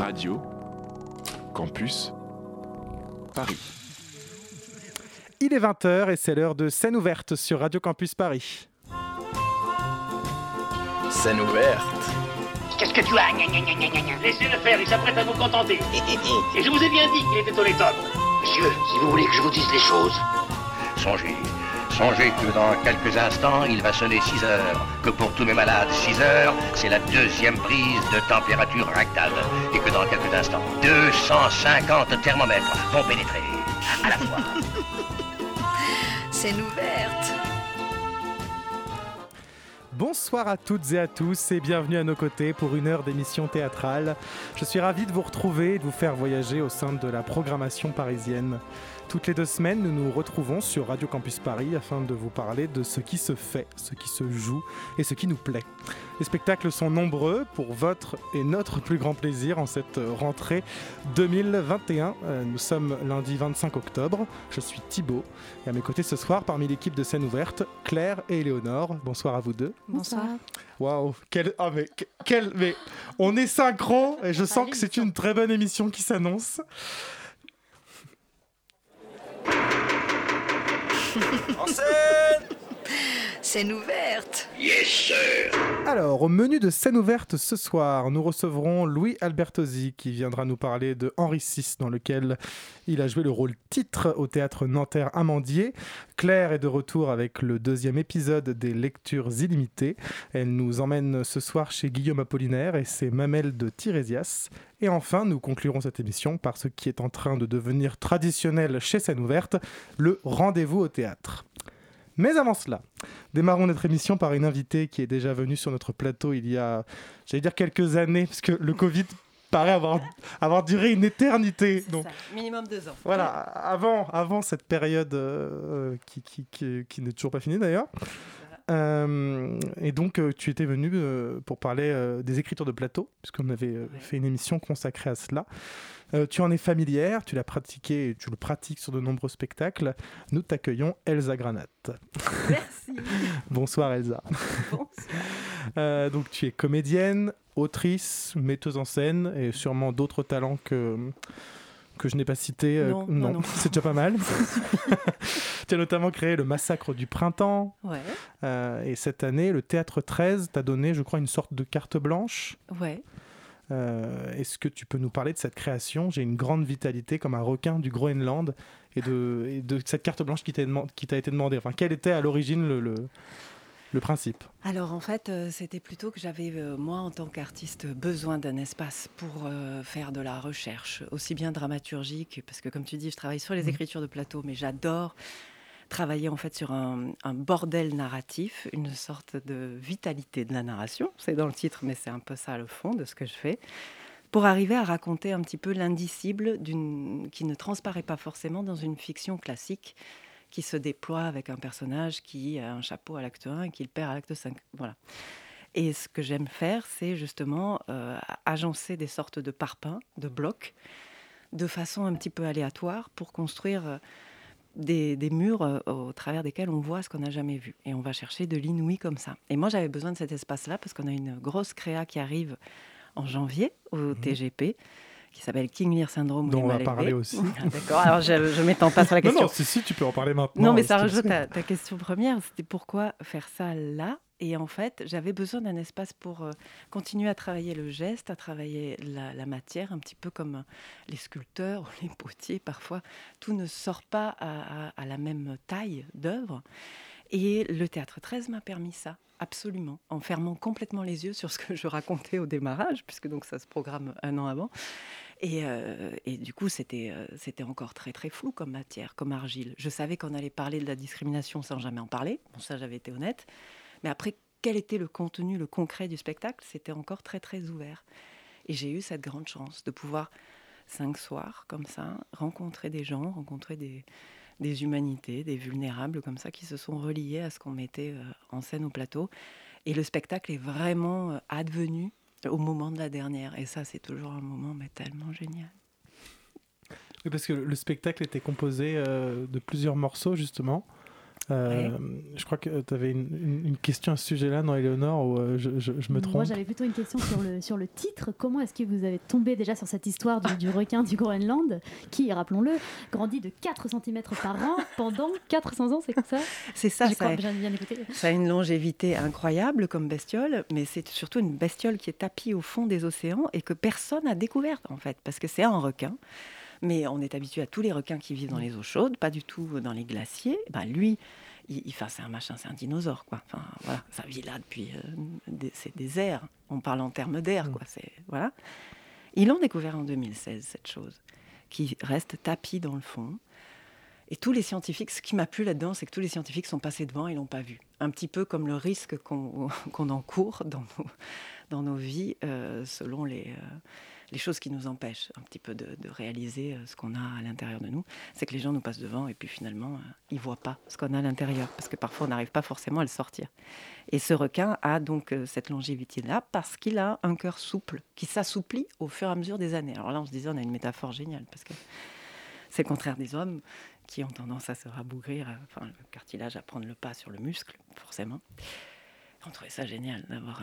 Radio Campus Paris. Il est 20h et c'est l'heure de Scène ouverte sur Radio Campus Paris. Scène ouverte. Qu'est-ce que tu as? Laissez-le faire, il s'apprête à vous contenter. Et je vous ai bien dit qu'il était honnête. Monsieur, si vous voulez que je vous dise les choses, songez que dans quelques instants, il va sonner 6 heures. Que pour tous mes malades, 6 heures, c'est la deuxième prise de température rectale. Et que dans quelques instants, 250 thermomètres vont pénétrer à la fois. Scène ouverte. Bonsoir à toutes et à tous et bienvenue à nos côtés pour une heure d'émission théâtrale. Je suis ravi de vous retrouver et de vous faire voyager au sein de la programmation parisienne. Toutes les 2 semaines, nous nous retrouvons sur Radio Campus Paris afin de vous parler de ce qui se fait, ce qui se joue et ce qui nous plaît. Les spectacles sont nombreux pour votre et notre plus grand plaisir en cette rentrée 2021. Nous sommes lundi 25 octobre. Je suis Thibaut et à mes côtés ce soir, parmi l'équipe de Scène ouverte, Claire et Éléonore. Bonsoir à vous deux. Bonsoir. Waouh, mais on est synchro et je sens que c'est une très bonne émission qui s'annonce. En scène. Scène ouverte. Yes, sir. Alors, au menu de Scène ouverte ce soir, nous recevrons Louis Albertosi qui viendra nous parler de Henri VI, dans lequel il a joué le rôle titre au théâtre Nanterre Amandier. Claire est de retour avec le 2e épisode des Lectures illimitées. Elle nous emmène ce soir chez Guillaume Apollinaire et ses Mamelles de Tirésias. Et enfin, nous conclurons cette émission par ce qui est en train de devenir traditionnel chez Scène ouverte, le rendez-vous au théâtre. Mais avant cela, démarrons notre émission par une invitée qui est déjà venue sur notre plateau il y a, j'allais dire quelques années, parce que le Covid paraît avoir duré une éternité. C'est donc, ça, minimum 2 ans. Voilà, avant cette période qui n'est toujours pas finie d'ailleurs. Et donc, tu étais venu pour parler des écritures de plateau, puisqu'on avait fait une émission consacrée à cela. Tu en es familière, tu l'as pratiqué et tu le pratiques sur de nombreux spectacles. Nous t'accueillons Elsa Granat. Merci. Bonsoir Elsa. Bonsoir. Donc tu es comédienne, autrice, metteuse en scène et sûrement d'autres talents que je n'ai pas cités. Non. C'est déjà pas mal. Tu as notamment créé le Massacre du Printemps. Ouais. Et cette année, le Théâtre 13 t'a donné, je crois, une sorte de carte blanche. Ouais. Est-ce que tu peux nous parler de cette création ? J'ai une grande vitalité comme un requin du Groenland et de cette carte blanche qui t'a été demandée. Enfin, quel était à l'origine le principe ? Alors en fait, c'était plutôt que j'avais, moi en tant qu'artiste, besoin d'un espace pour faire de la recherche, aussi bien dramaturgique, parce que comme tu dis, je travaille sur les écritures de plateau, mais j'adore travailler en fait sur un bordel narratif, une sorte de vitalité de la narration. C'est dans le titre, mais c'est un peu ça le fond de ce que je fais, pour arriver à raconter un petit peu l'indicible qui ne transparaît pas forcément dans une fiction classique, qui se déploie avec un personnage qui a un chapeau à l'acte 1 et qui le perd à l'acte 5. Voilà. Et ce que j'aime faire, c'est justement agencer des sortes de parpaings, de blocs, de façon un petit peu aléatoire pour construire des murs au travers desquels on voit ce qu'on n'a jamais vu. Et on va chercher de l'inouï comme ça. Et moi, j'avais besoin de cet espace-là parce qu'on a une grosse créa qui arrive en janvier au TGP, qui s'appelle King Lear Syndrome. Dont on va parler aussi. Ah, d'accord, alors je ne m'étends pas sur la question. Non, si, tu peux en parler maintenant. Non, mais ça rejoint ta question première. C'était pourquoi faire ça là ? Et en fait, j'avais besoin d'un espace pour continuer à travailler le geste, à travailler la matière, un petit peu comme les sculpteurs ou les potiers. Parfois, tout ne sort pas à la même taille d'œuvre. Et le Théâtre 13 m'a permis ça, absolument, en fermant complètement les yeux sur ce que je racontais au démarrage, puisque donc ça se programme 1 an avant. Et du coup, c'était encore très, très flou comme matière, comme argile. Je savais qu'on allait parler de la discrimination sans jamais en parler. Bon, ça, j'avais été honnête. Mais après, quel était le contenu, le concret du spectacle ? C'était encore très, très ouvert. Et j'ai eu cette grande chance de pouvoir, 5 soirs, comme ça, rencontrer des gens, rencontrer des humanités, des vulnérables, comme ça, qui se sont reliés à ce qu'on mettait en scène au plateau. Et le spectacle est vraiment advenu au moment de la dernière. Et ça, c'est toujours un moment tellement génial. Oui, parce que le spectacle était composé de plusieurs morceaux, justement. Je crois que tu avais une question à ce sujet-là, non, Éléonore, ou je me trompe? Moi, j'avais plutôt une question sur le titre. Comment est-ce que vous avez tombé déjà sur cette histoire du requin du Groenland, qui, rappelons-le, grandit de 4 cm par an pendant 400 ans, c'est comme ça? C'est ça, Je crois que j'ai bien écouté. Ça a une longévité incroyable comme bestiole, mais c'est surtout une bestiole qui est tapie au fond des océans et que personne n'a découverte, en fait, parce que c'est un requin. Mais on est habitué à tous les requins qui vivent dans les eaux chaudes, pas du tout dans les glaciers. Lui, c'est un dinosaure, quoi. Enfin, voilà, ça vit là depuis... c'est des airs. On parle en termes d'air, quoi. Voilà. Ils l'ont découvert en 2016, cette chose, qui reste tapie dans le fond. Et tous les scientifiques, ce qui m'a plu là-dedans, c'est que tous les scientifiques sont passés devant et ne l'ont pas vu. Un petit peu comme le risque qu'on encourt dans nos vies, selon les choses qui nous empêchent un petit peu de réaliser ce qu'on a à l'intérieur de nous. C'est que les gens nous passent devant et puis finalement, ils ne voient pas ce qu'on a à l'intérieur. Parce que parfois, on n'arrive pas forcément à le sortir. Et ce requin a donc cette longévité-là parce qu'il a un cœur souple, qui s'assouplit au fur et à mesure des années. Alors là, on se disait, on a une métaphore géniale parce que c'est le contraire des hommes qui ont tendance à se rabougrir, le cartilage à prendre le pas sur le muscle, forcément. On trouvait ça génial d'avoir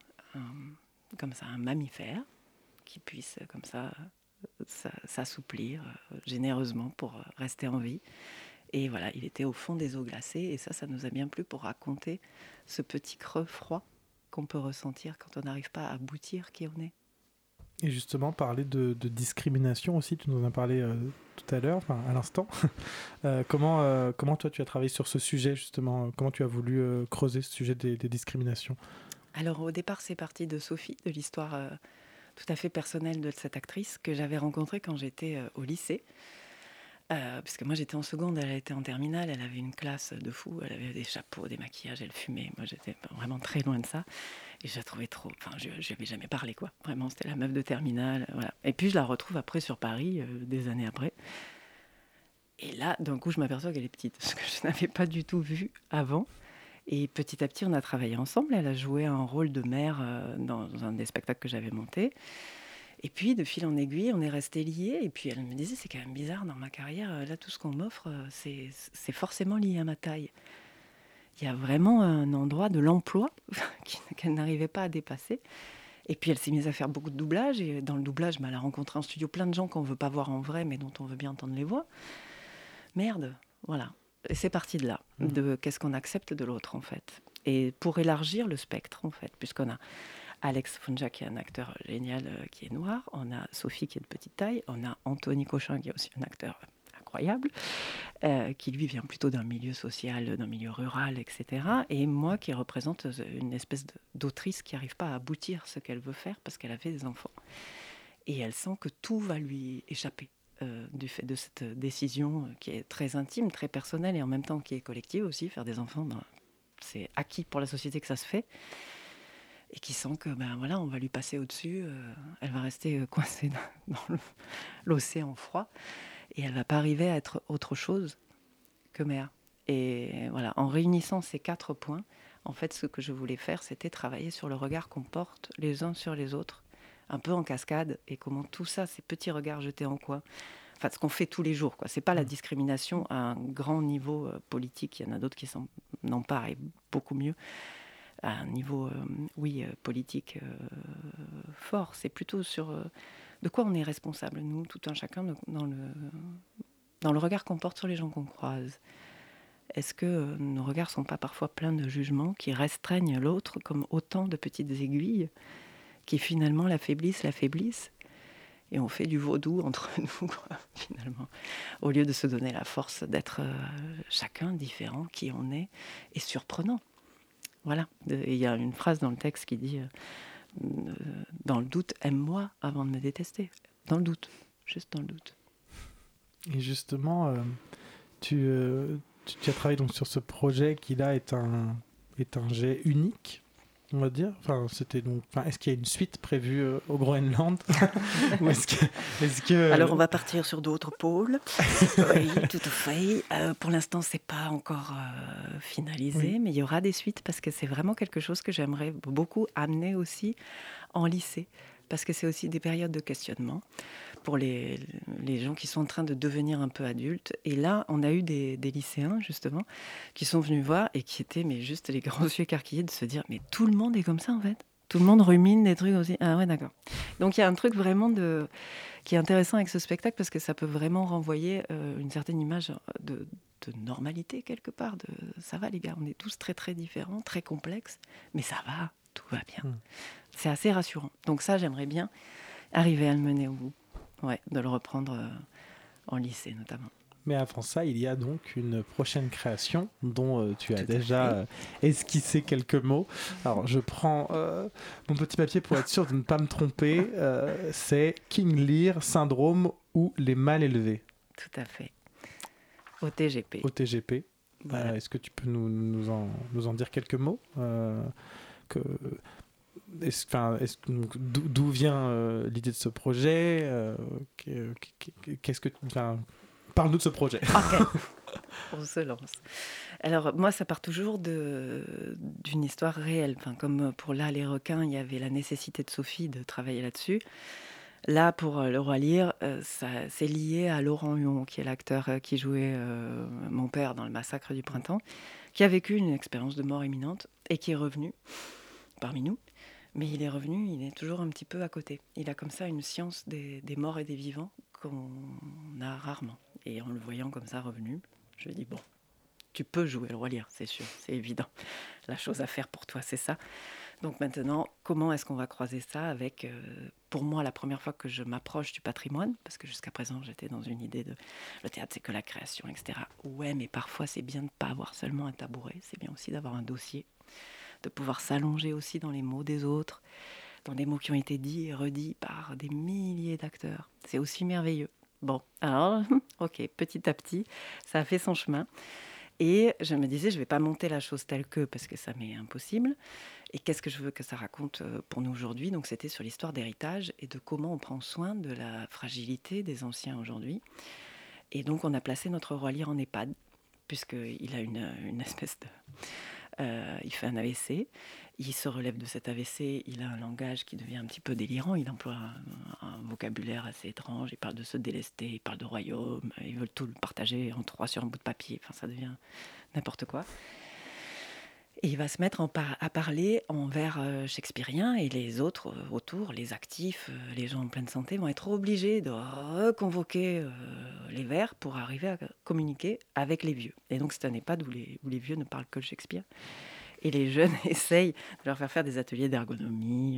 un mammifère qui puisse comme ça s'assouplir généreusement pour rester en vie. Et voilà, il était au fond des eaux glacées et ça nous a bien plu pour raconter ce petit creux froid qu'on peut ressentir quand on n'arrive pas à aboutir qui on est. Et justement, parler de discrimination aussi, tu nous en as parlé tout à l'heure, à l'instant. Comment toi tu as travaillé sur ce sujet justement? Comment tu as voulu creuser ce sujet des discriminations? Alors au départ, c'est parti de Sophie, de l'histoire tout à fait personnelle de cette actrice que j'avais rencontrée quand j'étais au lycée. Parce que moi j'étais en seconde, elle était en terminale, elle avait une classe de fou, elle avait des chapeaux, des maquillages, elle fumait. Moi j'étais vraiment très loin de ça. Et je la trouvais trop... je lui avais jamais parlé, quoi. Vraiment, c'était la meuf de terminale, voilà. Et puis je la retrouve après sur Paris, des années après. Et là, d'un coup, je m'aperçois qu'elle est petite, ce que je n'avais pas du tout vu avant. Et petit à petit, on a travaillé ensemble. Elle a joué un rôle de mère dans un des spectacles que j'avais monté. Et puis, de fil en aiguille, on est restés liés. Et puis, elle me disait, c'est quand même bizarre, dans ma carrière, là, tout ce qu'on m'offre, c'est forcément lié à ma taille. Il y a vraiment un endroit de l'emploi qu'elle n'arrivait pas à dépasser. Et puis, elle s'est mise à faire beaucoup de doublage. Et dans le doublage, elle a rencontré en studio plein de gens qu'on ne veut pas voir en vrai, mais dont on veut bien entendre les voix. Merde, voilà. Et c'est parti de là, de qu'est-ce qu'on accepte de l'autre, en fait. Et pour élargir le spectre, en fait, puisqu'on a Alex Funja, qui est un acteur génial, qui est noir. On a Sophie, qui est de petite taille. On a Anthony Cochin, qui est aussi un acteur incroyable, qui lui vient plutôt d'un milieu social, d'un milieu rural, etc. Et moi qui représente une espèce d'autrice qui n'arrive pas à aboutir ce qu'elle veut faire parce qu'elle a fait des enfants. Et elle sent que tout va lui échapper du fait de cette décision qui est très intime, très personnelle et en même temps qui est collective aussi. Faire des enfants, c'est acquis pour la société que ça se fait. Et qui sent que, on va lui passer au-dessus, elle va rester coincée dans l'océan froid. Et elle ne va pas arriver à être autre chose que mère. Et voilà, en réunissant ces 4 points, en fait, ce que je voulais faire, c'était travailler sur le regard qu'on porte les uns sur les autres, un peu en cascade, et comment tout ça, ces petits regards jetés en coin, enfin, ce qu'on fait tous les jours, quoi. C'est pas la discrimination à un grand niveau politique, il y en a d'autres qui s'en emparent et beaucoup mieux. À un niveau, politique fort, c'est plutôt sur... de quoi on est responsable, nous, tout un chacun, dans le regard qu'on porte sur les gens qu'on croise. Est-ce que nos regards ne sont pas parfois pleins de jugements qui restreignent l'autre comme autant de petites aiguilles qui finalement l'affaiblissent et on fait du vaudou entre nous, quoi, finalement, au lieu de se donner la force d'être chacun différent, qui on est, et surprenant. Voilà, il y a une phrase dans le texte qui dit dans le doute, aime-moi avant de me détester. Dans le doute, juste dans le doute. Et justement, tu as travaillé donc sur ce projet qui là est un jet unique, on va dire. Est-ce qu'il y a une suite prévue au Groenland? Ou est-ce que Alors on va partir sur d'autres pôles. Oui, tout à fait. Pour l'instant, c'est pas encore finalisé, mais il y aura des suites parce que c'est vraiment quelque chose que j'aimerais beaucoup amener aussi en lycée, parce que c'est aussi des périodes de questionnement. pour les gens qui sont en train de devenir un peu adultes. Et là, on a eu des lycéens, justement, qui sont venus voir et qui étaient juste les grands yeux écarquillés de se dire « Mais tout le monde est comme ça, en fait. Tout le monde rumine des trucs aussi. » Ah ouais, d'accord. Donc, il y a un truc vraiment qui est intéressant avec ce spectacle parce que ça peut vraiment renvoyer une certaine image de normalité, quelque part. Ça va, les gars, on est tous très, très différents, très complexes, mais ça va, tout va bien. C'est assez rassurant. Donc ça, j'aimerais bien arriver à le mener au bout. Ouais, de le reprendre en lycée, notamment. Mais avant ça, il y a donc une prochaine création dont tu as déjà esquissé quelques mots. Alors, je prends mon petit papier pour être sûr de ne pas me tromper. C'est King Lear, Syndrome ou Les Mal Élevés. Tout à fait. Au TGP. Au TGP. Voilà. Est-ce que tu peux nous en dire quelques mots d'où vient l'idée de ce projet qu'est-ce que... Parle-nous de ce projet. Ok, on se lance. Alors, moi, ça part toujours d'une histoire réelle. Enfin, comme pour là, les requins, il y avait la nécessité de Sophie de travailler là-dessus. Là, pour Le Roi Lear, c'est lié à Laurent Huon, qui est l'acteur qui jouait mon père dans Le Massacre du Printemps, qui a vécu une expérience de mort imminente et qui est revenu parmi nous. Mais il est revenu, il est toujours un petit peu à côté. Il a comme ça une science des morts et des vivants qu'on a rarement. Et en le voyant comme ça revenu, je lui dis, bon, tu peux jouer Le Roi Lear, c'est sûr, c'est évident. La chose à faire pour toi, c'est ça. Donc maintenant, comment est-ce qu'on va croiser ça avec, pour moi, la première fois que je m'approche du patrimoine, parce que jusqu'à présent, j'étais dans une idée de le théâtre, c'est que la création, etc. Ouais, mais parfois, c'est bien de ne pas avoir seulement un tabouret, c'est bien aussi d'avoir un dossier, de pouvoir s'allonger aussi dans les mots des autres, dans des mots qui ont été dits et redits par des milliers d'acteurs. C'est aussi merveilleux. Bon, alors, ok, petit à petit, ça a fait son chemin. Et je me disais, je ne vais pas monter la chose telle que, parce que ça m'est impossible. Et qu'est-ce que je veux que ça raconte pour nous aujourd'hui ? Donc c'était sur l'histoire d'héritage et de comment on prend soin de la fragilité des anciens aujourd'hui. Et donc on a placé notre Roi Lear en EHPAD, puisqu'il a une espèce de... il fait un AVC, il se relève de cet AVC, il a un langage qui devient un petit peu délirant, il emploie un vocabulaire assez étrange, il parle de se délester, il parle de royaume, ils veulent tout le partager en 3 sur un bout de papier, enfin ça devient n'importe quoi. Et il va se mettre à parler en vers shakespearien et les autres autour, les actifs, les gens en pleine santé vont être obligés de reconvoquer les vers pour arriver à communiquer avec les vieux. Et donc c'est un EHPAD où les vieux ne parlent que le Shakespeare. Et les jeunes essayent de leur faire des ateliers d'ergonomie,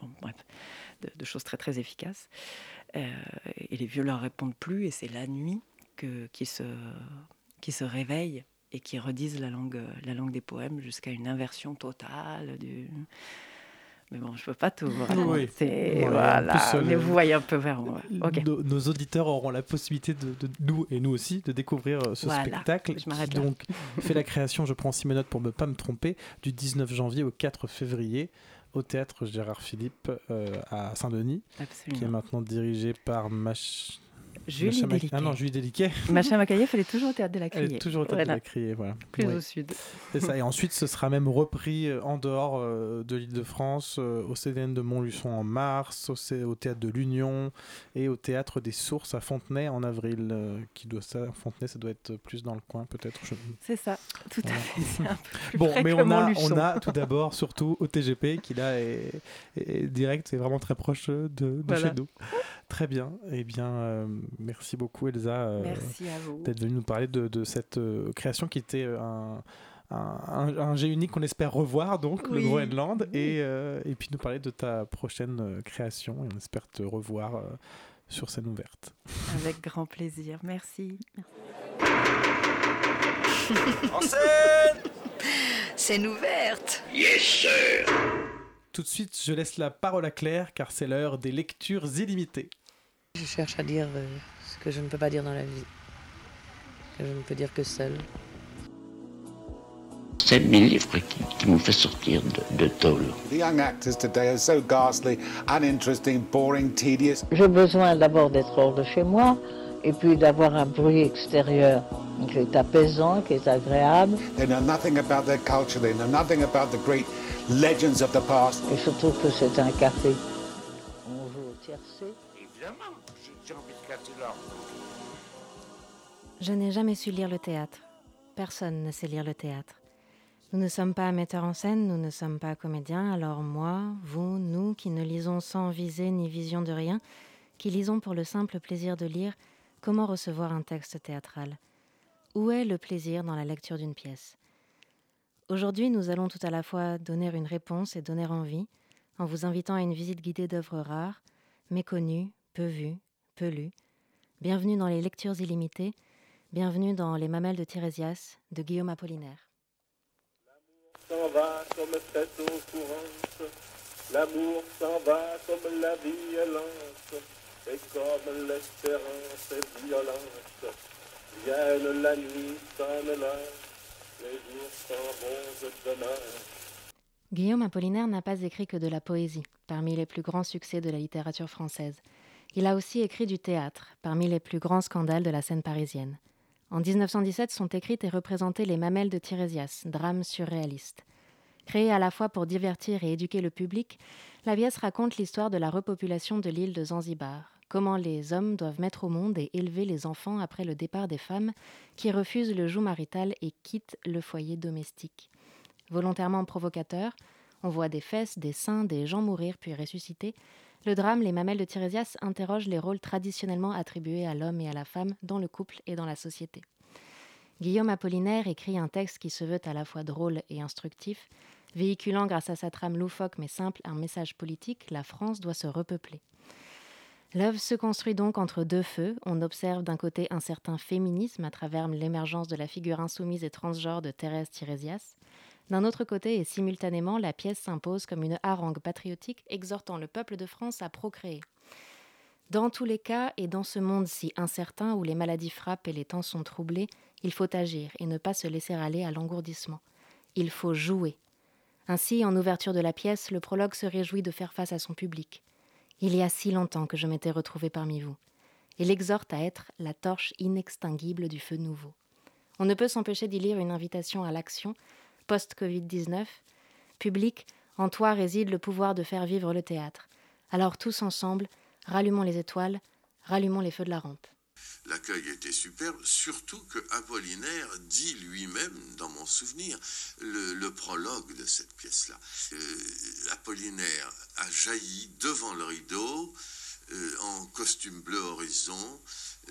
de choses très très efficaces. Et les vieux leur répondent plus et c'est la nuit qu'ils se réveillent et qui redisent la langue des poèmes jusqu'à une inversion totale du... Mais bon, je ne peux pas tout raconter. Oui. Voilà. Mais vous voyez un peu vers où. Okay. Nos auditeurs auront la possibilité nous aussi de découvrir ce spectacle qui donc fait la création, je prends 6 notes pour ne pas me tromper, du 19 janvier au 4 février au théâtre Gérard Philippe à Saint-Denis. Absolument. Qui est maintenant dirigé par Julie Déliquet. Ah non, Julie Déliquet. Macha Makayeff, elle est toujours au théâtre de la Criée. Elle est toujours au théâtre de la Criée, voilà. Plus au sud. C'est ça. Et ensuite, ce sera même repris en dehors de l'Île-de-France, au CDN de Montluçon en mars, au théâtre de l'Union et au théâtre des Sources à Fontenay en avril. Fontenay, ça doit être plus dans le coin, peut-être. C'est ça, tout à fait. C'est un peu plus bon, près mais que on a tout d'abord, surtout au TGP, qui là est direct, c'est vraiment très proche de chez nous. Très bien. Eh bien, merci beaucoup Elsa d'être venue nous parler de cette création qui était un jet unique qu'on espère revoir, donc le Groenland, et puis nous parler de ta prochaine création et on espère te revoir sur scène ouverte. Avec grand plaisir, merci. En scène! Scène ouverte. Yes sir. Tout de suite, je laisse la parole à Claire car c'est l'heure des lectures illimitées. Je cherche à dire ce que je ne peux pas dire dans la vie, que je ne peux dire que seul. C'est mes livres qui m'ont fait sortir de tôle. The young actors today are so ghastly, uninteresting, boring, tedious. J'ai besoin d'abord d'être hors de chez moi et puis d'avoir un bruit extérieur qui est apaisant, qui est agréable. They know nothing about their culture, they know nothing about the great legends of the past. Et surtout que c'est un café. On joue au tiercé. Évidemment, j'ai envie de casser l'ordre. Je n'ai jamais su lire le théâtre. Personne ne sait lire le théâtre. Nous ne sommes pas metteurs en scène, nous ne sommes pas comédiens, alors moi, vous, nous, qui ne lisons sans visée ni vision de rien, qui lisons pour le simple plaisir de lire, comment recevoir un texte théâtral ? Où est le plaisir dans la lecture d'une pièce ? Aujourd'hui, nous allons tout à la fois donner une réponse et donner envie, en vous invitant à une visite guidée d'œuvres rares, méconnues, peu vues, peu lues. Bienvenue dans les lectures illimitées, bienvenue dans Les Mamelles de Tirésias de Guillaume Apollinaire. L'amour s'en va comme cette eau courante, l'amour s'en va comme la vie est lente, et comme l'espérance est violente, vienne la nuit, sonne l'heure, les jours s'en vont de demain. Guillaume Apollinaire n'a pas écrit que de la poésie, parmi les plus grands succès de la littérature française. Il a aussi écrit du théâtre, parmi les plus grands scandales de la scène parisienne. En 1917 sont écrites et représentées Les Mamelles de Tirésias, drame surréaliste. Créée à la fois pour divertir et éduquer le public, la pièce raconte l'histoire de la repopulation de l'île de Zanzibar, comment les hommes doivent mettre au monde et élever les enfants après le départ des femmes qui refusent le joug marital et quittent le foyer domestique. Volontairement provocateur, on voit des fesses, des seins, des gens mourir puis ressusciter. Le drame Les Mamelles de Tirésias interroge les rôles traditionnellement attribués à l'homme et à la femme dans le couple et dans la société. Guillaume Apollinaire écrit un texte qui se veut à la fois drôle et instructif, véhiculant grâce à sa trame loufoque mais simple un message politique, la France doit se repeupler. L'œuvre se construit donc entre deux feux. On observe d'un côté un certain féminisme à travers l'émergence de la figure insoumise et transgenre de Thérèse Tirésias. D'un autre côté et simultanément, la pièce s'impose comme une harangue patriotique exhortant le peuple de France à procréer. Dans tous les cas, et dans ce monde si incertain où les maladies frappent et les temps sont troublés, il faut agir et ne pas se laisser aller à l'engourdissement. Il faut jouer. Ainsi, en ouverture de la pièce, le prologue se réjouit de faire face à son public. Il y a si longtemps que je m'étais retrouvée parmi vous. Il exhorte à être la torche inextinguible du feu nouveau. On ne peut s'empêcher d'y lire une invitation à l'action, post-Covid-19. Public, en toi réside le pouvoir de faire vivre le théâtre. Alors tous ensemble, rallumons les étoiles, rallumons les feux de la rampe. L'accueil était superbe, surtout que Apollinaire dit lui-même, dans mon souvenir, le prologue de cette pièce-là. Apollinaire a jailli devant le rideau, en costume bleu horizon,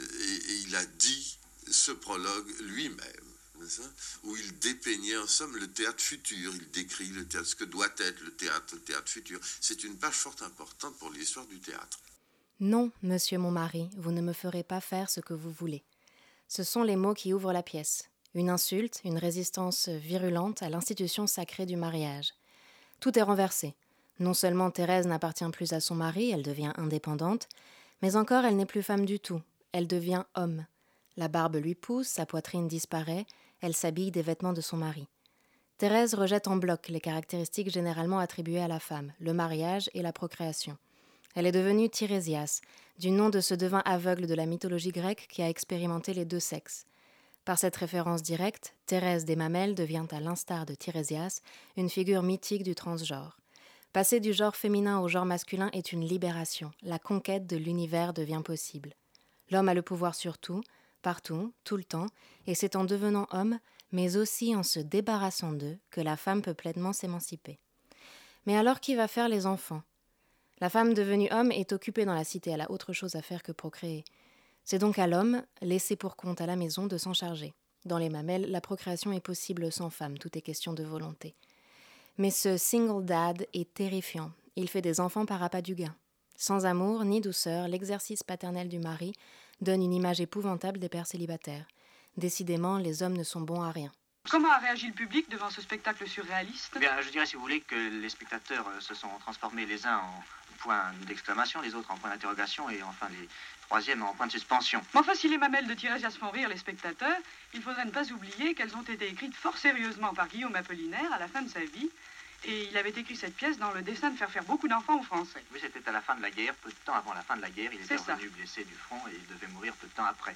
et il a dit ce prologue lui-même, où il dépeignait en somme le théâtre futur. Il décrit le théâtre, ce que doit être le théâtre futur. C'est une page fort importante pour l'histoire du théâtre. Non, monsieur mon mari, vous ne me ferez pas faire ce que vous voulez. Ce sont les mots qui ouvrent la pièce. Une insulte, une résistance virulente à l'institution sacrée du mariage. Tout est renversé. Non seulement Thérèse n'appartient plus à son mari, elle devient indépendante, mais encore elle n'est plus femme du tout. Elle devient homme. La barbe lui pousse, sa poitrine disparaît, elle s'habille des vêtements de son mari. Thérèse rejette en bloc les caractéristiques généralement attribuées à la femme, le mariage et la procréation. Elle est devenue Tirésias, du nom de ce devin aveugle de la mythologie grecque qui a expérimenté les deux sexes. Par cette référence directe, Thérèse des Mamelles devient, à l'instar de Tirésias, une figure mythique du transgenre. Passer du genre féminin au genre masculin est une libération. La conquête de l'univers devient possible. L'homme a le pouvoir sur tout, partout, tout le temps, et c'est en devenant homme, mais aussi en se débarrassant d'eux, que la femme peut pleinement s'émanciper. Mais alors qui va faire les enfants ? La femme devenue homme est occupée dans la cité, elle a autre chose à faire que procréer. C'est donc à l'homme, laissé pour compte à la maison, de s'en charger. Dans les Mamelles, la procréation est possible sans femme, tout est question de volonté. Mais ce single dad est terrifiant, il fait des enfants par appât du gain. Sans amour ni douceur, l'exercice paternel du mari donne une image épouvantable des pères célibataires. Décidément, les hommes ne sont bons à rien. Comment a réagi le public devant ce spectacle surréaliste ? Eh bien, je dirais, si vous voulez, que les spectateurs se sont transformés les uns en point d'exclamation, les autres en point d'interrogation et enfin les troisièmes en point de suspension. Mais enfin, si les Mamelles de Tirésias font rire les spectateurs, il faudrait ne pas oublier qu'elles ont été écrites fort sérieusement par Guillaume Apollinaire à la fin de sa vie. Et il avait écrit cette pièce dans le dessein de faire beaucoup d'enfants aux Français. Oui, c'était à la fin de la guerre, peu de temps avant la fin de la guerre. Il était revenu blessé du front et il devait mourir peu de temps après.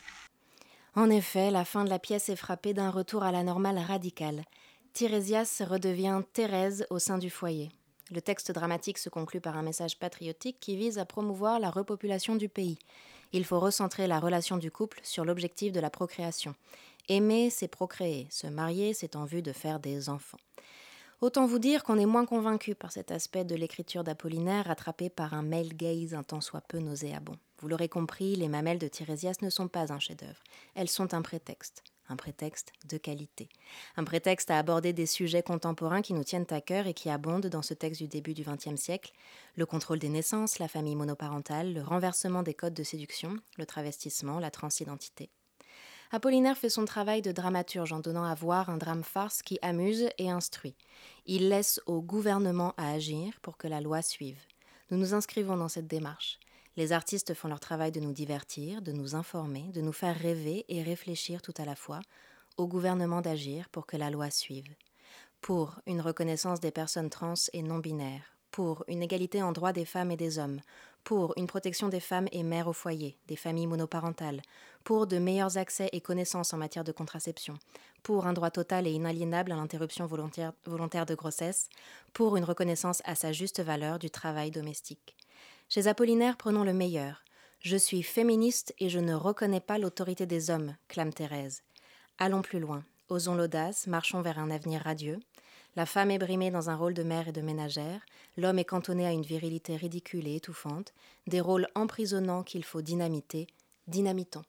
En effet, la fin de la pièce est frappée d'un retour à la normale radicale. Tirésias redevient Thérèse au sein du foyer. Le texte dramatique se conclut par un message patriotique qui vise à promouvoir la repopulation du pays. Il faut recentrer la relation du couple sur l'objectif de la procréation. Aimer, c'est procréer. Se marier, c'est en vue de faire des enfants. Autant vous dire qu'on est moins convaincu par cet aspect de l'écriture d'Apollinaire rattrapé par un male gaze un tant soit peu nauséabond. Vous l'aurez compris, les mamelles de Tirésias ne sont pas un chef-d'œuvre. Elles sont un prétexte de qualité. Un prétexte à aborder des sujets contemporains qui nous tiennent à cœur et qui abondent dans ce texte du début du XXe siècle. Le contrôle des naissances, la famille monoparentale, le renversement des codes de séduction, le travestissement, la transidentité. Apollinaire fait son travail de dramaturge en donnant à voir un drame farce qui amuse et instruit. Il laisse au gouvernement à agir pour que la loi suive. Nous nous inscrivons dans cette démarche. Les artistes font leur travail de nous divertir, de nous informer, de nous faire rêver et réfléchir tout à la fois, au gouvernement d'agir pour que la loi suive. Pour une reconnaissance des personnes trans et non-binaires, pour une égalité en droit des femmes et des hommes, pour une protection des femmes et mères au foyer, des familles monoparentales, pour de meilleurs accès et connaissances en matière de contraception, pour un droit total et inaliénable à l'interruption volontaire de grossesse, pour une reconnaissance à sa juste valeur du travail domestique. Chez Apollinaire, prenons le meilleur. « Je suis féministe et je ne reconnais pas l'autorité des hommes », clame Thérèse. Allons plus loin. Osons l'audace, marchons vers un avenir radieux. La femme est brimée dans un rôle de mère et de ménagère, l'homme est cantonné à une virilité ridicule et étouffante, des rôles emprisonnants qu'il faut dynamiter. Dynamitons.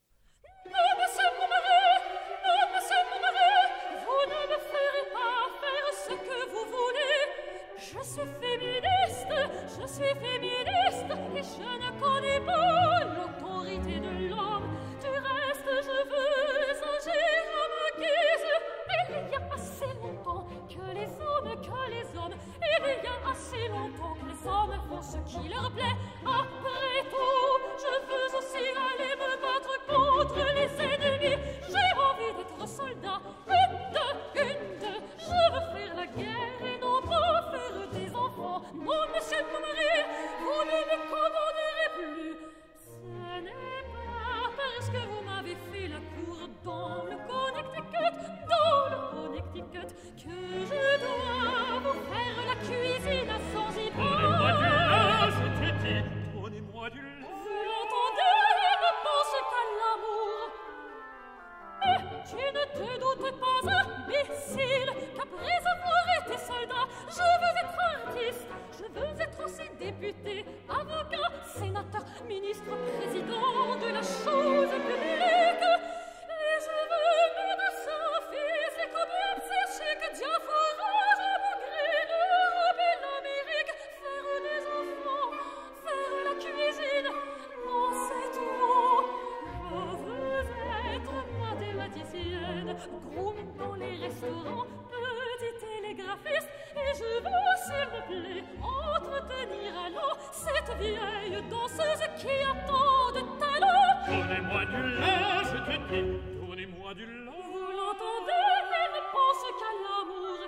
Je suis féministe et je ne connais pas l'autorité de l'homme. Du reste, je veux agir à ma guise. Il y a assez longtemps que les hommes, il y a assez longtemps que les hommes font ce qui leur plaît. Après tout, je veux aussi aller me battre contre les ennemis. J'ai envie d'être soldat, une, je veux faire la guerre et non pas faire des enfants. Non, monsieur mon mari, vous ne me commanderez plus. Ce n'est pas parce que vous m'avez fait la cour dans le Connecticut, que je dois vous faire la cuisine à Zanzibar. Donnez-moi du lait. Vous l'entendez, il ne pense qu'à l'amour. Mais tu ne te doutes pas, imbécile, qu'après avoir été soldat, je veux être artiste, je veux être aussi député, avocat, sénateur, ministre, président de la chose publique. Et je veux médecin physique, bien psychique, diaphorage, maugréer l'Europe et l'Amérique, faire des enfants, faire la cuisine, non c'est trop. Je veux être mathématicienne, groom dans les restaurants, petit télégraphiste, et je veux, s'il vous plaît, entretenir à l'eau cette vieille danseuse qui a tant de talent. Donnez-moi du lait, je te dis, donnez-moi du lait. Vous l'entendez, elle ne pense qu'à l'amour.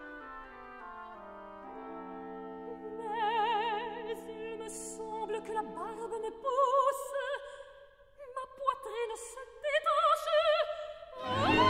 Mais il me semble que la barbe me pousse, ma poitrine se détache.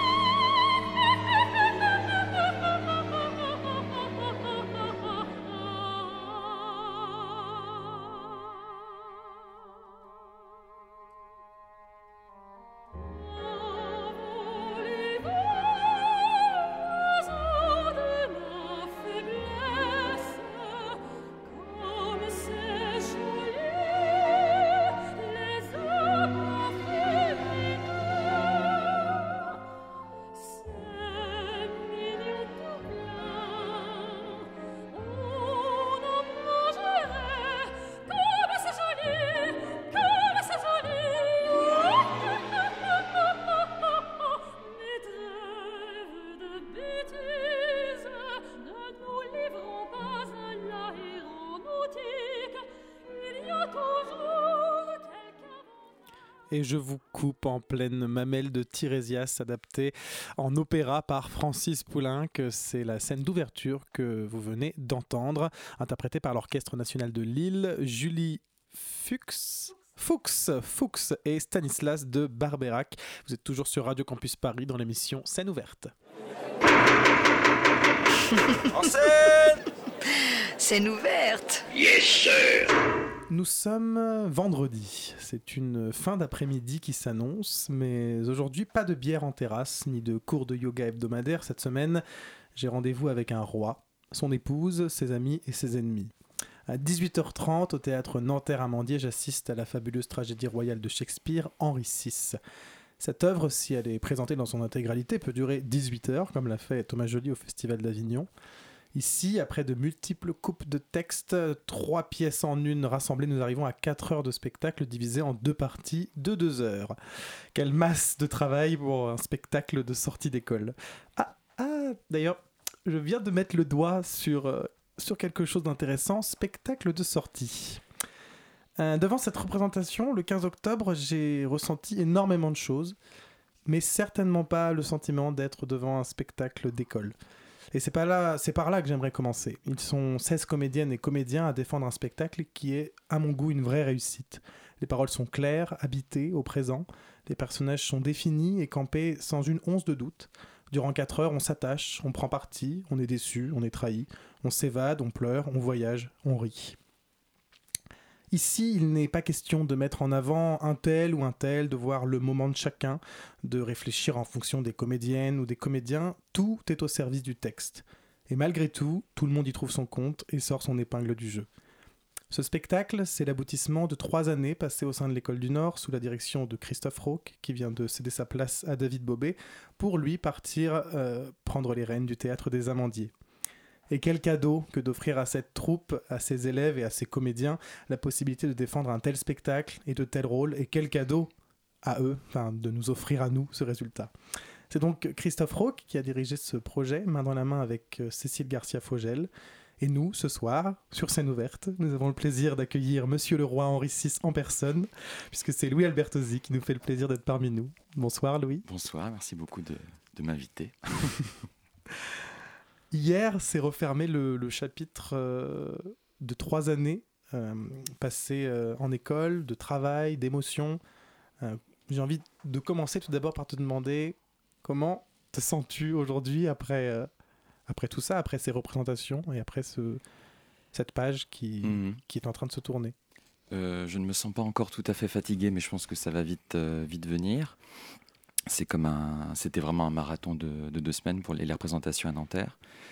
Et je vous coupe en pleine mamelle de Tirésias, adaptée en opéra par Francis Poulenc. C'est la scène d'ouverture que vous venez d'entendre, interprétée par l'Orchestre national de Lille, Julie Fuchs et Stanislas de Barbeyrac. Vous êtes toujours sur Radio Campus Paris dans l'émission Scène ouverte. En scène. Scène ouverte. Yes, sir. Nous sommes vendredi. C'est une fin d'après-midi qui s'annonce, mais aujourd'hui, pas de bière en terrasse, ni de cours de yoga hebdomadaire. Cette semaine, j'ai rendez-vous avec un roi, son épouse, ses amis et ses ennemis. À 18h30, au théâtre Nanterre-Amandier, j'assiste à la fabuleuse tragédie royale de Shakespeare, Henri VI. Cette œuvre, si elle est présentée dans son intégralité, peut durer 18 heures, comme l'a fait Thomas Joly au Festival d'Avignon. Ici, après de multiples coupes de texte, 3 pièces en une rassemblées, nous arrivons à 4 heures de spectacle divisé en 2 parties de 2 heures. Quelle masse de travail pour un spectacle de sortie d'école. D'ailleurs, je viens de mettre le doigt sur quelque chose d'intéressant, spectacle de sortie. Devant cette représentation, le 15 octobre, j'ai ressenti énormément de choses, mais certainement pas le sentiment d'être devant un spectacle d'école. Et c'est par là que j'aimerais commencer. Ils sont 16 comédiennes et comédiens à défendre un spectacle qui est, à mon goût, une vraie réussite. Les paroles sont claires, habitées, au présent. Les personnages sont définis et campés sans une once de doute. Durant 4 heures, on s'attache, on prend parti, on est déçu, on est trahi, on s'évade, on pleure, on voyage, on rit. Ici, il n'est pas question de mettre en avant un tel ou un tel, de voir le moment de chacun, de réfléchir en fonction des comédiennes ou des comédiens. Tout est au service du texte. Et malgré tout, tout le monde y trouve son compte et sort son épingle du jeu. Ce spectacle, c'est l'aboutissement de 3 années passées au sein de l'École du Nord sous la direction de Christophe Rauque, qui vient de céder sa place à David Bobet, pour lui partir prendre les rênes du Théâtre des Amandiers. Et quel cadeau que d'offrir à cette troupe, à ses élèves et à ses comédiens la possibilité de défendre un tel spectacle et de tels rôles, et quel cadeau à eux, de nous offrir à nous ce résultat. C'est donc Christophe Rauque qui a dirigé ce projet, main dans la main avec Cécile Garcia-Fogel. Et nous, ce soir, sur Scène ouverte, nous avons le plaisir d'accueillir Monsieur le Roi Henri VI en personne, puisque c'est Louis Albertosi qui nous fait le plaisir d'être parmi nous. Bonsoir Louis. Bonsoir, merci beaucoup de m'inviter. Hier, s'est refermé le chapitre de 3 années passées en école, de travail, d'émotions. J'ai envie de commencer tout d'abord par te demander comment te sens-tu aujourd'hui après tout ça, après ces représentations et après cette page qui est en train de se tourner. Je ne me sens pas encore tout à fait fatigué, mais je pense que ça va vite venir. C'était vraiment un marathon de 2 semaines pour les représentations à Nanterre.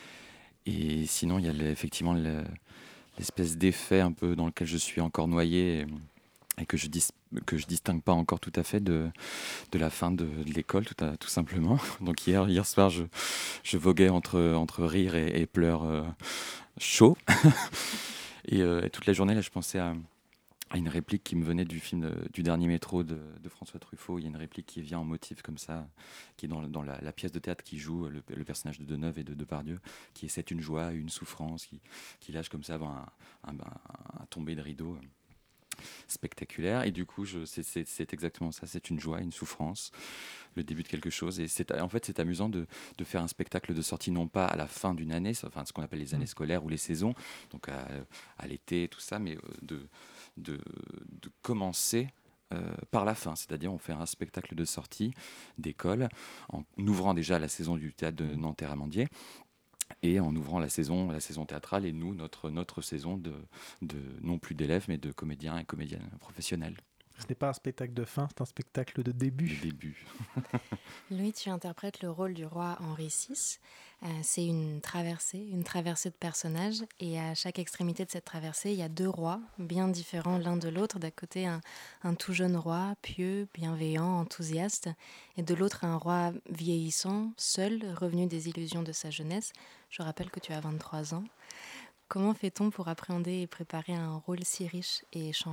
Et sinon, il y a effectivement l'espèce d'effet un peu dans lequel je suis encore noyé et que je distingue pas encore tout à fait de la fin de l'école, tout simplement. Donc hier soir, je voguais entre rire et pleurs chauds. et toute la journée, là, je pensais à une réplique qui me venait du film du dernier métro de François Truffaut. Il y a une réplique qui vient en motif comme ça, qui est dans la pièce de théâtre qui joue le personnage de Deneuve et de Depardieu, qui est « c'est une joie, une souffrance », qui lâche comme ça avant un tombé de rideau spectaculaire. Et du coup, c'est exactement ça, c'est une joie, une souffrance, le début de quelque chose. Et c'est amusant de faire un spectacle de sortie, non pas à la fin d'une année, enfin ce qu'on appelle les années scolaires ou les saisons, donc à l'été, tout ça, mais de commencer par la fin, c'est-à-dire on fait un spectacle de sortie d'école en ouvrant déjà la saison du théâtre de Nanterre-Amandier et en ouvrant la saison théâtrale et nous notre saison de non plus d'élèves mais de comédiens et comédiennes professionnels. Ce n'est pas un spectacle de fin, c'est un spectacle de début. De début. Louis, tu interprètes le rôle du roi Henri VI. C'est une traversée de personnages. Et à chaque extrémité de cette traversée, il y a 2 rois, bien différents l'un de l'autre. D'un côté, un tout jeune roi, pieux, bienveillant, enthousiaste. Et de l'autre, un roi vieillissant, seul, revenu des illusions de sa jeunesse. Je rappelle que tu as 23 ans. Comment fait-on pour appréhender et préparer un rôle si riche et changeant ?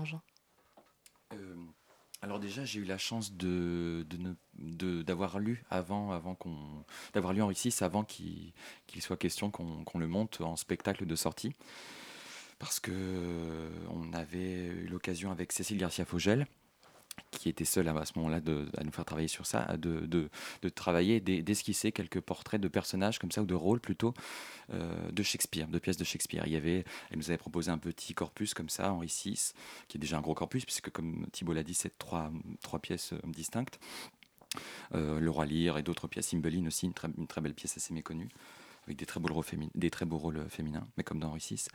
Alors déjà, j'ai eu la chance d'avoir lu d'avoir lu Henri VI avant qu'il soit question qu'on le monte en spectacle de sortie, parce que on avait eu l'occasion avec Cécile Garcia-Fogel, qui était seule à ce moment-là à nous faire travailler sur ça, de travailler, d'esquisser quelques portraits de personnages comme ça, ou de rôles plutôt, de Shakespeare, de pièces de Shakespeare. Elle nous avait proposé un petit corpus comme ça, Henri VI, qui est déjà un gros corpus, puisque comme Thibault l'a dit, c'est trois pièces distinctes. Le Roi Lear et d'autres pièces, Cymbeline aussi, une très belle pièce assez méconnue. avec des très beaux rôles féminins, mais comme dans Henri VI.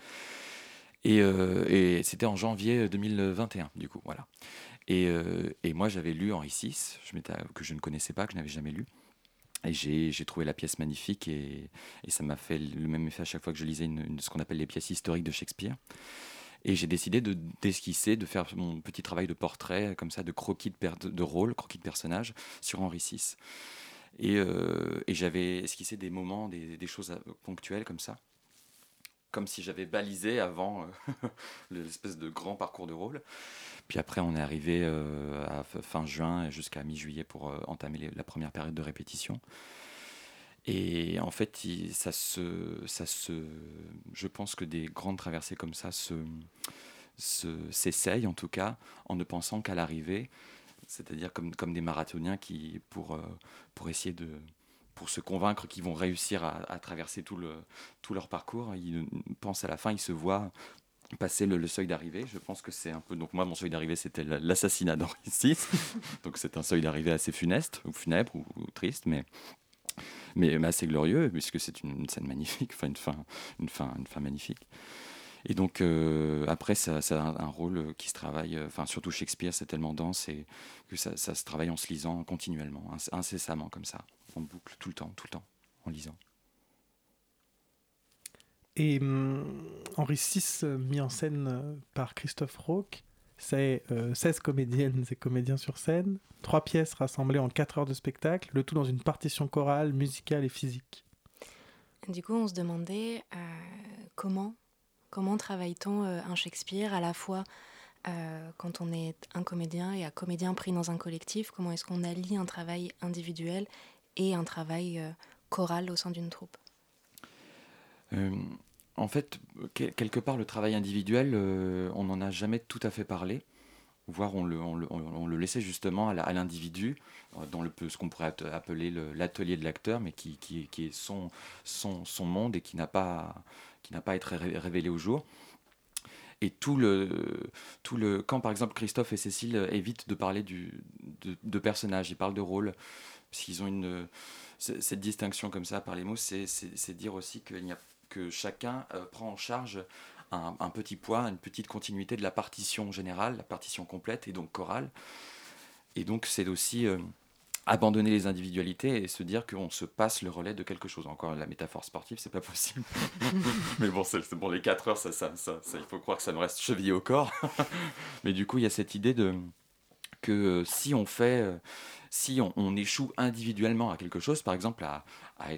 Et c'était en janvier 2021, du coup, voilà. Et moi, j'avais lu Henri VI, que je ne connaissais pas, que je n'avais jamais lu. Et j'ai trouvé la pièce magnifique et ça m'a fait le même effet à chaque fois que je lisais ce qu'on appelle les pièces historiques de Shakespeare. Et j'ai décidé d'esquisser, de faire mon petit travail de portrait, comme ça, de croquis de rôle, croquis de personnage sur Henri VI. Et j'avais esquissé des moments, des choses ponctuelles comme ça, comme si j'avais balisé avant l'espèce de grand parcours de rôle. Puis après, on est arrivé à fin juin jusqu'à mi-juillet pour entamer la première période de répétition. Et en fait, je pense que des grandes traversées comme ça s'essayent, en tout cas, en ne pensant qu'à l'arrivée, c'est-à-dire comme des marathoniens qui, pour essayer pour se convaincre qu'ils vont réussir à traverser tout leur parcours, ils pensent à la fin, ils se voient passer le seuil d'arrivée. Je pense que c'est un peu... Donc moi, mon seuil d'arrivée, c'était l'assassinat d'Henri VI. Donc c'est un seuil d'arrivée assez funeste, ou funèbre, ou triste, mais assez glorieux, puisque c'est une scène magnifique, une fin magnifique. Et donc après, c'est un rôle qui se travaille, surtout Shakespeare, c'est tellement dense et que ça se travaille en se lisant continuellement, incessamment comme ça, en boucle, tout le temps, en lisant. Et Henri VI, mis en scène par Christophe Rauque, c'est 16 comédiennes et comédiens sur scène, 3 pièces rassemblées en 4 heures de spectacle, le tout dans une partition chorale, musicale et physique. Du coup, on se demandait comment travaille-t-on un Shakespeare à la fois quand on est un comédien et un comédien pris dans un collectif, comment est-ce qu'on allie un travail individuel et un travail choral au sein d'une troupe? En fait, quelque part, le travail individuel, on n'en a jamais tout à fait parlé, voire on le laissait justement à l'individu, dans ce qu'on pourrait appeler l'atelier de l'acteur, mais qui est son monde et qui n'a pas à être révélé au jour. Et quand par exemple Christophe et Cécile évitent de parler de personnages, ils parlent de rôles, parce qu'ils ont cette distinction comme ça par les mots, c'est dire aussi que chacun prend en charge un petit poids, une petite continuité de la partition générale, la partition complète et donc chorale. Et donc c'est aussi abandonner les individualités et se dire qu'on se passe le relais de quelque chose. Encore la métaphore sportive, c'est pas possible. Mais bon, les 4 heures, ça, il faut croire que ça me reste chevillé au corps. Mais du coup, il y a cette idée que si on échoue individuellement à quelque chose, par exemple à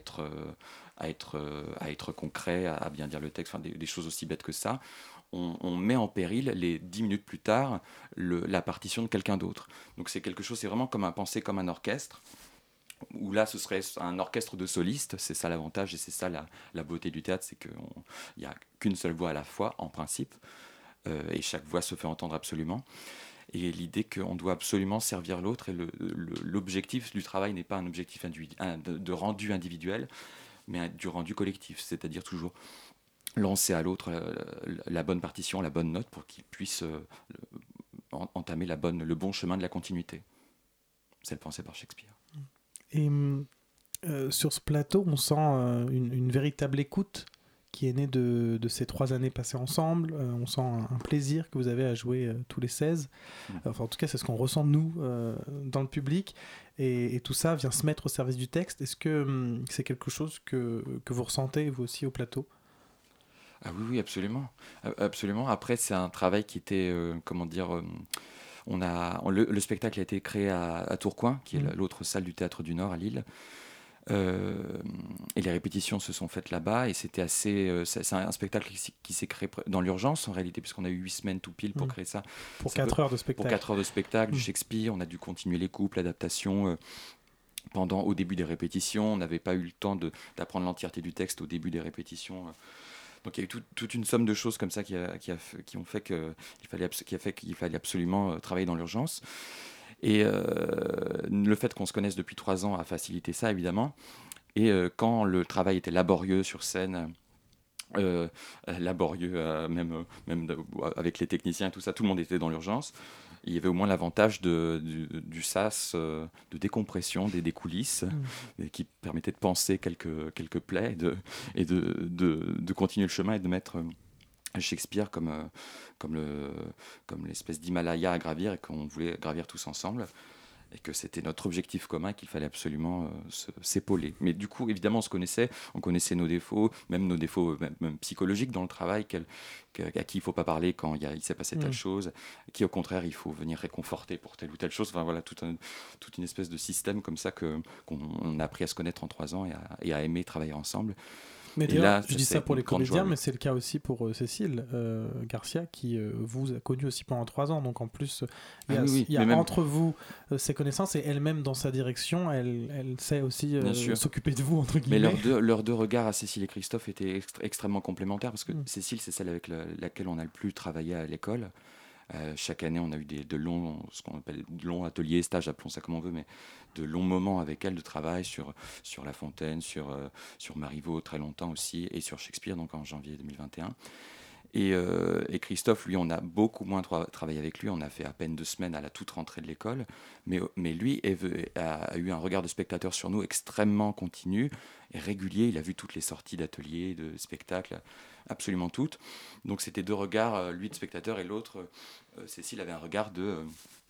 être concret, à bien dire le texte, des choses aussi bêtes que ça, on met en péril les 10 minutes plus tard la partition de quelqu'un d'autre. Donc c'est vraiment penser comme un orchestre, où là ce serait un orchestre de solistes, c'est ça l'avantage et c'est ça la beauté du théâtre, c'est qu'il n'y a qu'une seule voix à la fois, en principe, et chaque voix se fait entendre absolument. Et l'idée qu'on doit absolument servir l'autre, et l'objectif du travail n'est pas un objectif de rendu individuel, mais du rendu collectif, c'est-à-dire toujours lancer à l'autre la bonne partition, la bonne note pour qu'il puisse entamer le bon chemin de la continuité. C'est le pensé par Shakespeare. Et sur ce plateau, on sent une véritable écoute qui est née de ces 3 années passées ensemble. On sent un plaisir que vous avez à jouer tous les 16. Enfin, en tout cas, c'est ce qu'on ressent, nous, dans le public. Et tout ça vient se mettre au service du texte. Est-ce que c'est quelque chose que vous ressentez, vous aussi, au plateau ? Ah oui, absolument. Absolument. Après, c'est un travail qui était, le spectacle a été créé à Tourcoing, qui est l'autre salle du Théâtre du Nord à Lille. Et les répétitions se sont faites là-bas et c'était c'est un spectacle qui s'est créé dans l'urgence en réalité, puisqu'on a eu 8 semaines tout pile pour créer ça. Pour 4 heures de spectacle. Pour 4 heures de spectacle, du Shakespeare, on a dû continuer les couples, l'adaptation. Au début des répétitions, on n'avait pas eu le temps d'apprendre l'entièreté du texte au début des répétitions. Donc il y a eu toute une somme de choses comme ça qui ont fait qu'il fallait absolument travailler dans l'urgence. Et le fait qu'on se connaisse depuis 3 ans a facilité ça, évidemment. Et quand le travail était laborieux sur scène, laborieux même avec les techniciens et tout ça, tout le monde était dans l'urgence. il y avait au moins l'avantage du sas, de décompression des coulisses, qui permettait de penser quelques plaies et de continuer le chemin et de mettre Shakespeare comme l'espèce d'Himalaya à gravir et qu'on voulait gravir tous ensemble. Et que c'était notre objectif commun, qu'il fallait absolument s'épauler. Mais du coup, évidemment, on connaissait nos défauts, même psychologiques dans le travail, à qui il ne faut pas parler quand il s'est passé telle chose, qui au contraire, il faut venir réconforter pour telle ou telle chose. Enfin voilà, toute une espèce de système comme ça qu'on a appris à se connaître en 3 ans et à aimer travailler ensemble. Mais d'ailleurs, je dis ça pour les comédiens, mais c'est le cas aussi pour Cécile Garcia, qui vous a connu aussi pendant 3 ans. Donc en plus, il y a entre vous ses connaissances et elle-même dans sa direction, elle sait aussi s'occuper de vous, entre guillemets. Mais leurs deux regards à Cécile et Christophe étaient extrêmement complémentaires, parce que Cécile, c'est celle avec laquelle on a le plus travaillé à l'école. Chaque année, on a eu de longs ateliers, stages, appelons ça comme on veut, mais de longs moments avec elle de travail sur La Fontaine, sur Marivaux très longtemps aussi, et sur Shakespeare, donc en janvier 2021. Et Christophe, lui, on a beaucoup moins travaillé avec lui. On a fait à peine 2 semaines à la toute rentrée de l'école. Mais lui a eu un regard de spectateur sur nous extrêmement continu et régulier. Il a vu toutes les sorties d'ateliers, de spectacles, absolument toutes. Donc c'était 2 regards, lui de spectateur et l'autre, Cécile avait un regard de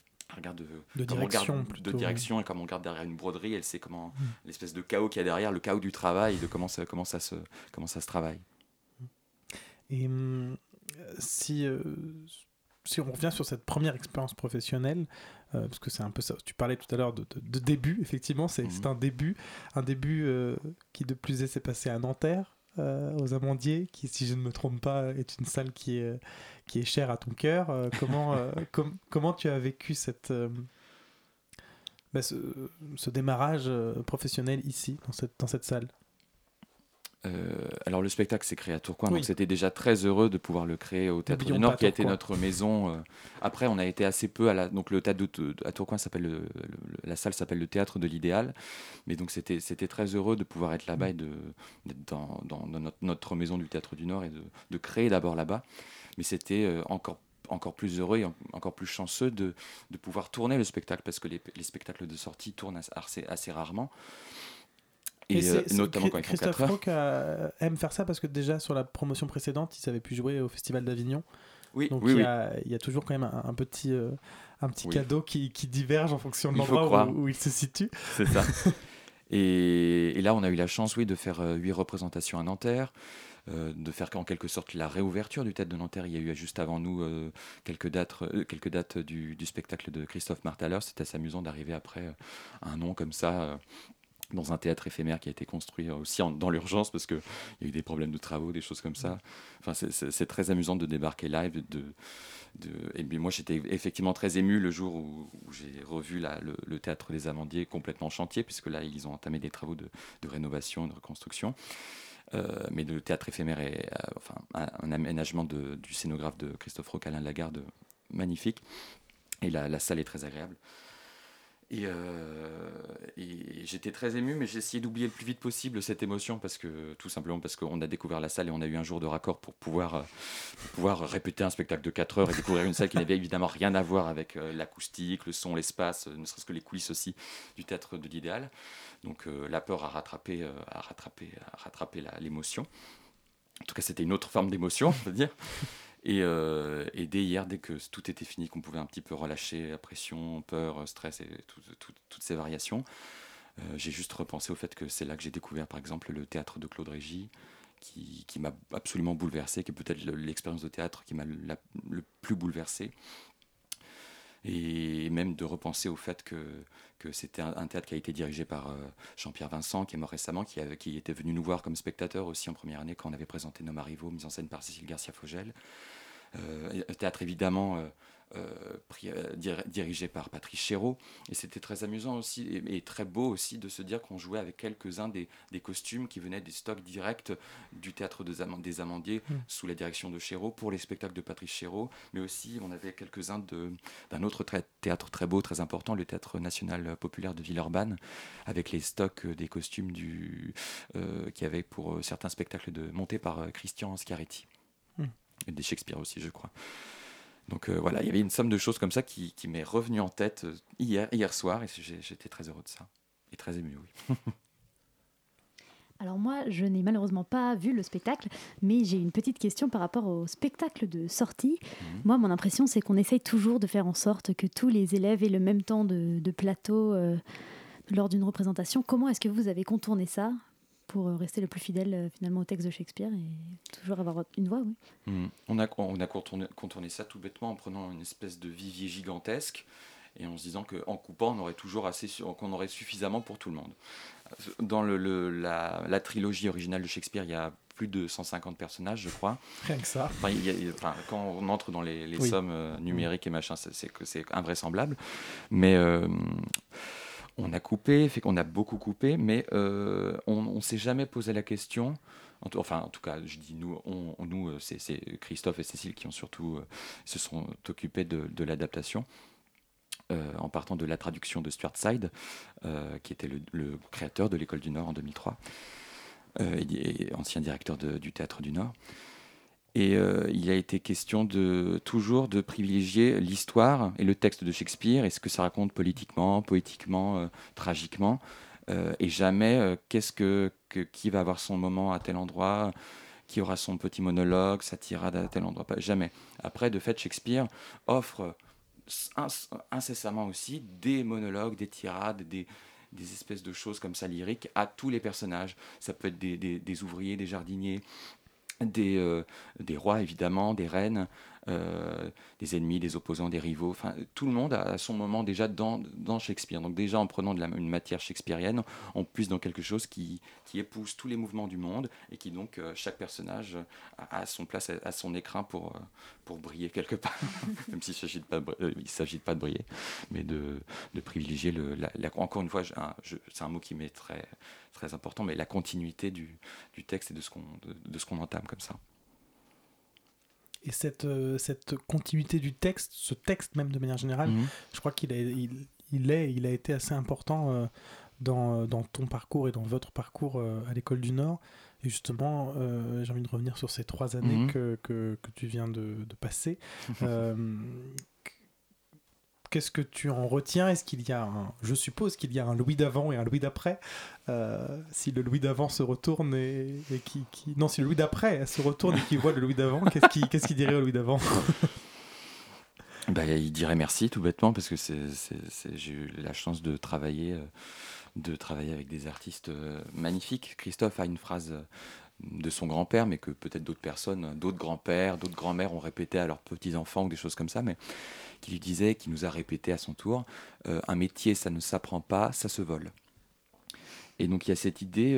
direction, et comme on regarde derrière une broderie, elle sait comment l'espèce de chaos qu'il y a derrière, le chaos du travail, et de comment ça se travaille. Et si on revient sur cette première expérience professionnelle, parce que c'est un peu ça, tu parlais tout à l'heure de début, effectivement, c'est un début qui de plus s'est passé à Nanterre, aux Amandiers, qui, si je ne me trompe pas, est une salle qui est chère à ton cœur. Comment tu as vécu ce démarrage professionnel ici, dans cette salle? Alors le spectacle s'est créé à Tourcoing, donc c'était déjà très heureux de pouvoir le créer au Théâtre du Nord, qui a été notre maison. Après, on a été assez peu donc le théâtre à Tourcoing la salle s'appelle le Théâtre de l'Idéal, mais donc c'était très heureux de pouvoir être là-bas et d'être dans notre maison du Théâtre du Nord et de créer d'abord là-bas. Mais c'était encore plus heureux et encore plus chanceux de pouvoir tourner le spectacle, parce que les spectacles de sortie tournent assez rarement. Et notamment quand ils font 4 heures. Christophe Roch aime faire ça, parce que déjà sur la promotion précédente, ils avaient pu jouer au Festival d'Avignon. Donc il y a toujours quand même un petit cadeau qui diverge en fonction de l'endroit où il se situe. C'est ça. Et là, on a eu la chance, de faire 8 représentations à Nanterre, de faire en quelque sorte la réouverture du Théâtre de Nanterre. Il y a eu juste avant nous quelques dates du spectacle de Christophe Martaleur. C'était assez amusant d'arriver après un nom comme ça. Dans un théâtre éphémère qui a été construit aussi dans l'urgence, parce qu'il y a eu des problèmes de travaux, des choses comme ça. Enfin, c'est très amusant de débarquer live. Et puis moi, j'étais effectivement très ému le jour où j'ai revu le Théâtre des Amandiers complètement en chantier, puisque là, ils ont entamé des travaux de rénovation, de reconstruction. Mais le théâtre éphémère est un aménagement du scénographe de Christophe Roch, Alain Lagarde, magnifique. Et la salle est très agréable. Et j'étais très ému, mais j'ai essayé d'oublier le plus vite possible cette émotion, tout simplement parce qu'on a découvert la salle et on a eu un jour de raccord pour pouvoir répéter un spectacle de 4 heures et découvrir une salle qui n'avait évidemment rien à voir avec l'acoustique, le son, l'espace, ne serait-ce que les coulisses aussi du Théâtre de l'Idéal. Donc la peur a rattrapé l'émotion. En tout cas, c'était une autre forme d'émotion, je veux dire. Et dès hier, dès que tout était fini, qu'on pouvait un petit peu relâcher la pression, peur, stress et toutes ces variations, j'ai juste repensé au fait que c'est là que j'ai découvert, par exemple, le théâtre de Claude Régis, qui m'a absolument bouleversé, qui est peut-être l'expérience de théâtre qui m'a le plus bouleversé. Et même de repenser au fait que c'était un théâtre qui a été dirigé par Jean-Pierre Vincent, qui est mort récemment, qui était venu nous voir comme spectateur aussi en première année quand on avait présenté Nos Marivaux, mise en scène par Cécile Garcia-Fogel. Un théâtre évidemment dirigé par Patrice Chéreau, et c'était très amusant aussi et très beau aussi de se dire qu'on jouait avec quelques-uns des costumes qui venaient des stocks directs du Théâtre des Amandiers sous la direction de Chéreau pour les spectacles de Patrice Chéreau, mais aussi on avait quelques-uns d'un autre théâtre très beau, très important, le Théâtre National Populaire de Villeurbanne, avec les stocks des costumes qui avaient pour certains spectacles montés par Christian Schiaretti, et des Shakespeare aussi, je crois. Donc voilà, il y avait une somme de choses comme ça qui m'est revenue en tête hier soir, et j'étais très heureux de ça, et très ému, oui. Alors moi, je n'ai malheureusement pas vu le spectacle, mais j'ai une petite question par rapport au spectacle de sortie. Moi, mon impression, c'est qu'on essaye toujours de faire en sorte que tous les élèves aient le même temps de plateau lors d'une représentation. Comment est-ce que vous avez contourné ça pour rester le plus fidèle finalement au texte de Shakespeare et toujours avoir une voix, oui. On a contourné ça tout bêtement en prenant une espèce de vivier gigantesque et en se disant qu'en coupant, qu'on aurait suffisamment pour tout le monde. Dans la trilogie originale de Shakespeare, il y a plus de 150 personnages, je crois. Rien que ça. Quand on entre dans les sommes numériques et machin, c'est invraisemblable. Mais on a coupé, fait qu'on a beaucoup coupé, mais on ne s'est jamais posé la question. Enfin, en tout cas, je dis nous, c'est Christophe et Cécile qui ont surtout se sont occupés de l'adaptation. En partant de la traduction de Stuart Side, qui était le créateur de l'École du Nord en 2003, et ancien directeur du Théâtre du Nord. Et il a été question toujours de privilégier l'histoire et le texte de Shakespeare et ce que ça raconte politiquement, poétiquement, tragiquement, et jamais qui va avoir son moment à tel endroit, qui aura son petit monologue, sa tirade à tel endroit. Jamais. Après, de fait, Shakespeare offre incessamment aussi des monologues, des tirades, des espèces de choses comme ça lyriques à tous les personnages. Ça peut être des ouvriers, des jardiniers, des rois évidemment, des reines, des ennemis, des opposants, des rivaux. Enfin, tout le monde a son moment déjà dans Shakespeare. Donc déjà en prenant une matière shakespearienne, on puise dans quelque chose qui épouse tous les mouvements du monde et qui donc chaque personnage a son place, à son écrin pour briller quelque part. Même s'il ne s'agit pas de briller, mais de privilégier encore une fois, c'est un mot qui m'est très, très important, mais la continuité du texte et de ce qu'on entame comme ça. Et cette continuité du texte, ce texte même de manière générale, je crois qu'il a été assez important dans ton parcours et dans votre parcours à l'École du Nord. Et justement, j'ai envie de revenir sur ces 3 années que tu viens de passer. Qu'est-ce que tu en retiens ? Est-ce qu'il y a je suppose qu'il y a un Louis d'avant et un Louis d'après. Si le Louis d'avant se retourne non, si le Louis d'après se retourne et qu'il voit le Louis d'avant, qu'est-ce qu'il dirait au Louis d'avant ? Il dirait merci tout bêtement parce que j'ai eu la chance de travailler avec des artistes magnifiques. Christophe a une phrase de son grand-père, mais que peut-être d'autres personnes, d'autres grands-pères, d'autres grands-mères ont répété à leurs petits-enfants ou des choses comme ça, mais qui lui disait, qui nous a répété à son tour, un métier, ça ne s'apprend pas, ça se vole. Et donc il y a cette idée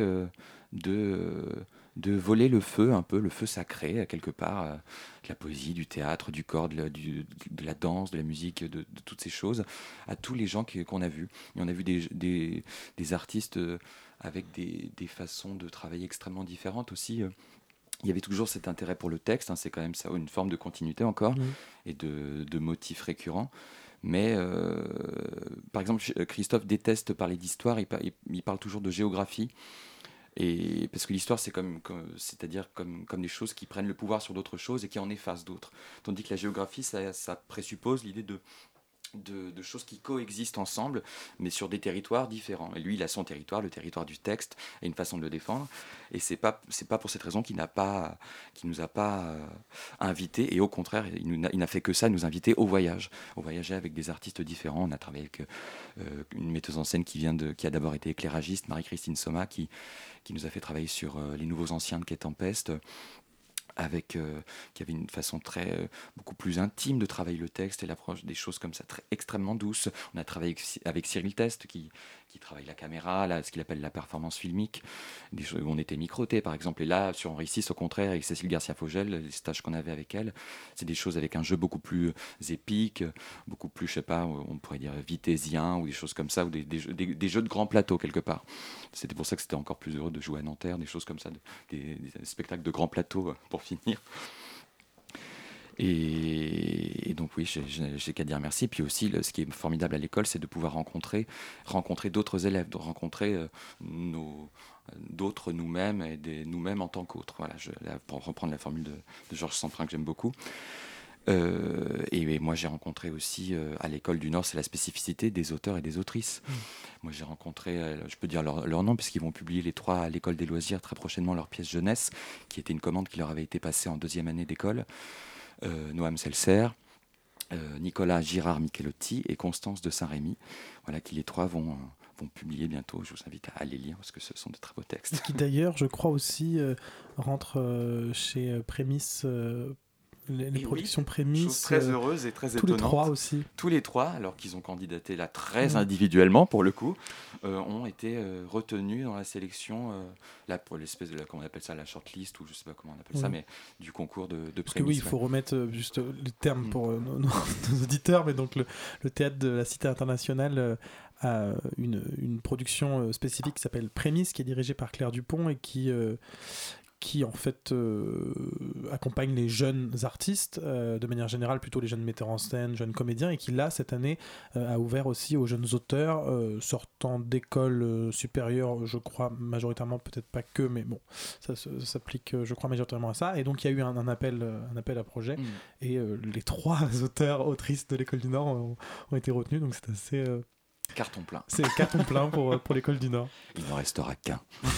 de voler le feu, un peu, le feu sacré, quelque part, de la poésie, du théâtre, du corps, de la danse, de la musique, de toutes ces choses, à tous les gens qu'on a vus. Et on a vu des artistes avec des façons de travailler extrêmement différentes aussi. Il y avait toujours cet intérêt pour le texte, c'est quand même ça, une forme de continuité encore, et de motifs récurrents. Mais par exemple, Christophe déteste parler d'histoire, il parle toujours de géographie. Et parce que l'histoire, c'est-à-dire comme des choses qui prennent le pouvoir sur d'autres choses et qui en effacent d'autres. Tandis que la géographie, ça présuppose l'idée de choses qui coexistent ensemble, mais sur des territoires différents. Et lui, il a son territoire, le territoire du texte, et une façon de le défendre. Et c'est pas pour cette raison qu'il nous a pas invités. Et au contraire, il n'a fait que ça, nous inviter au voyage. Au voyager avec des artistes différents. On a travaillé avec une metteuse en scène qui a d'abord été éclairagiste, Marie-Christine Soma, qui nous a fait travailler sur Les Nouveaux Anciens de Quai Tempeste, qui avait une façon beaucoup plus intime de travailler le texte et l'approche des choses comme ça, extrêmement douce. On a travaillé avec Cyril Test qui travaille la caméra, ce qu'il appelle la performance filmique, des choses où on était microté par exemple. Et là, sur Henri VI, au contraire, avec Cécile Garcia-Fogel, les stages qu'on avait avec elle, c'est des choses avec un jeu beaucoup plus épique, beaucoup plus, je sais pas, on pourrait dire vitésien ou des choses comme ça, ou des jeux de grand plateau quelque part. C'était pour ça que c'était encore plus heureux de jouer à Nanterre, des choses comme ça, des spectacles de grand plateau pour finir. Et donc oui, j'ai qu'à dire merci. Puis aussi, ce qui est formidable à l'école, c'est de pouvoir rencontrer d'autres élèves, de rencontrer d'autres nous-mêmes et nous-mêmes en tant qu'autres. Voilà, pour reprendre la formule de Georges Semprin que j'aime beaucoup. Et moi, j'ai rencontré aussi à l'École du Nord, c'est la spécificité des auteurs et des autrices. Moi, j'ai rencontré, je peux dire leur nom, puisqu'ils vont publier les 3 à l'École des loisirs très prochainement leur pièce jeunesse, qui était une commande qui leur avait été passée en 2e année d'école. Noam Seltzer, Nicolas Girard-Michelotti et Constance de Saint-Rémy. Voilà, qui les 3 vont publier bientôt. Je vous invite à les lire parce que ce sont de très beaux textes. Qui d'ailleurs, je crois aussi, rentre chez Prémisse. Les productions Prémisse. Chose très heureuse et très étonnante. Tous les 3 aussi. Tous les 3, alors qu'ils ont candidaté là très individuellement pour le coup, ont été retenus dans la sélection, pour l'espèce de comment on appelle ça, la shortlist, ou je sais pas comment on appelle ça, mais du concours de Prémisse. Parce que oui, il faut remettre juste le terme pour nos auditeurs, mais donc le théâtre de la Cité internationale a une production spécifique qui s'appelle Prémisse, qui est dirigée par Claire Dupont et qui en fait accompagne les jeunes artistes, de manière générale plutôt les jeunes metteurs en scène, jeunes comédiens, et qui là cette année a ouvert aussi aux jeunes auteurs sortant d'écoles supérieures, je crois majoritairement, peut-être pas que, mais bon, ça s'applique je crois majoritairement à ça. Et donc il y a eu un appel à projet, et les 3 auteurs autrices de l'École du Nord ont été retenus, donc c'est assez... Carton plein. C'est carton plein pour l'École du Nord. Il n'en restera qu'un.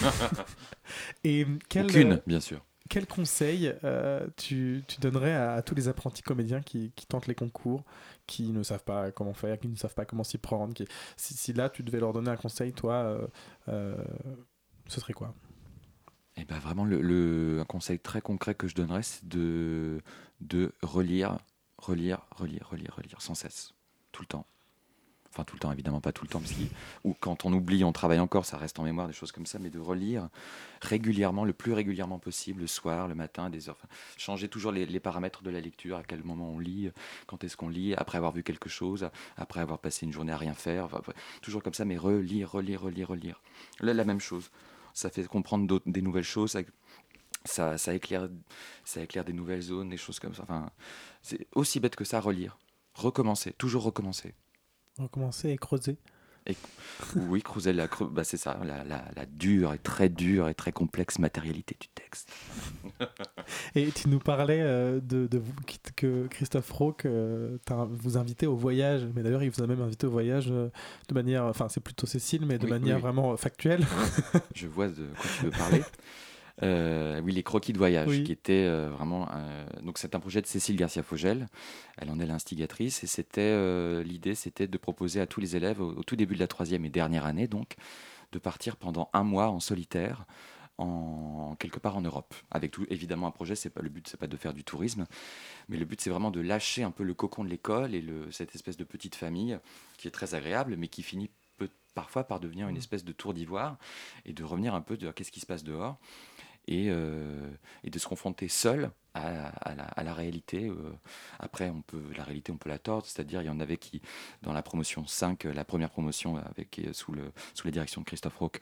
Et aucune, bien sûr. Quel conseil tu donnerais à tous les apprentis comédiens qui tentent les concours, qui ne savent pas comment faire, qui ne savent pas comment s'y prendre, si là tu devais leur donner un conseil, toi, ce serait quoi? Eh ben vraiment, un conseil très concret que je donnerais, c'est de relire sans cesse, tout le temps. Enfin, tout le temps, évidemment, pas tout le temps, ou quand on oublie, on travaille encore, ça reste en mémoire, des choses comme ça, mais de relire régulièrement, le plus régulièrement possible, le soir, le matin, des heures. Enfin, changer toujours les paramètres de la lecture, à quel moment on lit, quand est-ce qu'on lit, après avoir vu quelque chose, après avoir passé une journée à rien faire, enfin, toujours comme ça, mais relire. La même chose. Ça fait comprendre des nouvelles choses, ça éclaire des nouvelles zones, des choses comme ça. Enfin, c'est aussi bête que ça, relire. Recommencer, toujours recommencer. Recommencer et creuser. Oui, creuser, c'est ça, la dure et très complexe matérialité du texte. Et tu nous parlais que Christophe Rauque vous invitait au voyage, mais d'ailleurs il vous a même invité au voyage de manière, enfin c'est plutôt Cécile, mais de manière vraiment factuelle. Je vois de quoi tu veux parler. Oui, les croquis de voyage, qui étaient vraiment... donc c'est un projet de Cécile Garcia-Fogel, elle en est l'instigatrice, et l'idée c'était de proposer à tous les élèves, au tout début de la 3e et dernière année, donc, de partir pendant 1 mois en solitaire, quelque part en Europe. Avec tout, évidemment, un projet, le but c'est pas de faire du tourisme, mais le but c'est vraiment de lâcher un peu le cocon de l'école et cette espèce de petite famille qui est très agréable, mais qui finit parfois par devenir une espèce de tour d'ivoire, et de revenir un peu de qu'est-ce qui se passe dehors. Et de se confronter seul à la réalité. Après, la réalité, on peut la tordre. C'est-à-dire, il y en avait qui, dans la promotion 5, la première promotion sous la direction de Christophe Rauque,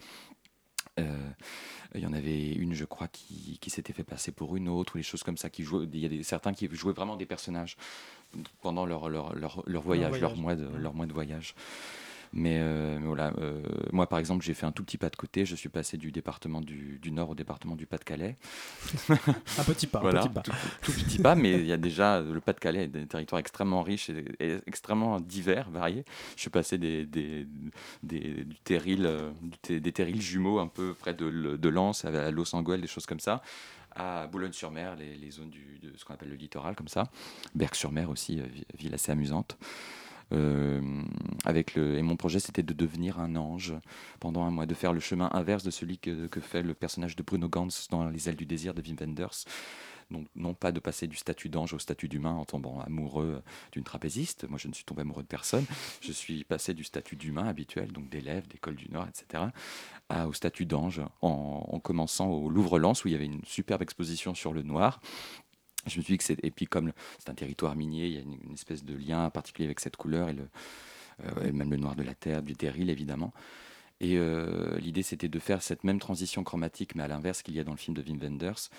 il y en avait une, je crois, qui s'était fait passer pour une autre, ou des choses comme ça. Il y a certains qui jouaient vraiment des personnages pendant leur voyage, leur mois de voyage. Mais voilà, moi par exemple, j'ai fait un tout petit pas de côté. Je suis passé du département du Nord au département du Pas-de-Calais. Un petit pas, voilà, un petit pas. Tout petit pas, mais il y a déjà le Pas-de-Calais, des territoires extrêmement riches et extrêmement divers, variés. Je suis passé des terrils jumeaux un peu près de Lens, à Los-Angeles, des choses comme ça, à Boulogne-sur-Mer, les zones de ce qu'on appelle le littoral, comme ça. Berck-sur-Mer aussi, ville assez amusante. Et mon projet, c'était de devenir un ange pendant 1 mois, de faire le chemin inverse de celui que fait le personnage de Bruno Ganz dans Les ailes du désir de Wim Wenders. Donc, non pas de passer du statut d'ange au statut d'humain en tombant amoureux d'une trapéziste. Moi, je ne suis tombé amoureux de personne. Je suis passé du statut d'humain habituel, donc d'élève, d'école du Nord, etc., au statut d'ange, en commençant au Louvre-Lens, où il y avait une superbe exposition sur le noir. Je me suis dit et puis comme c'est un territoire minier, il y a une espèce de lien particulier avec cette couleur et même le noir de la terre, du terril évidemment. Et l'idée c'était de faire cette même transition chromatique, mais à l'inverse qu'il y a dans le film de Wim Wenders,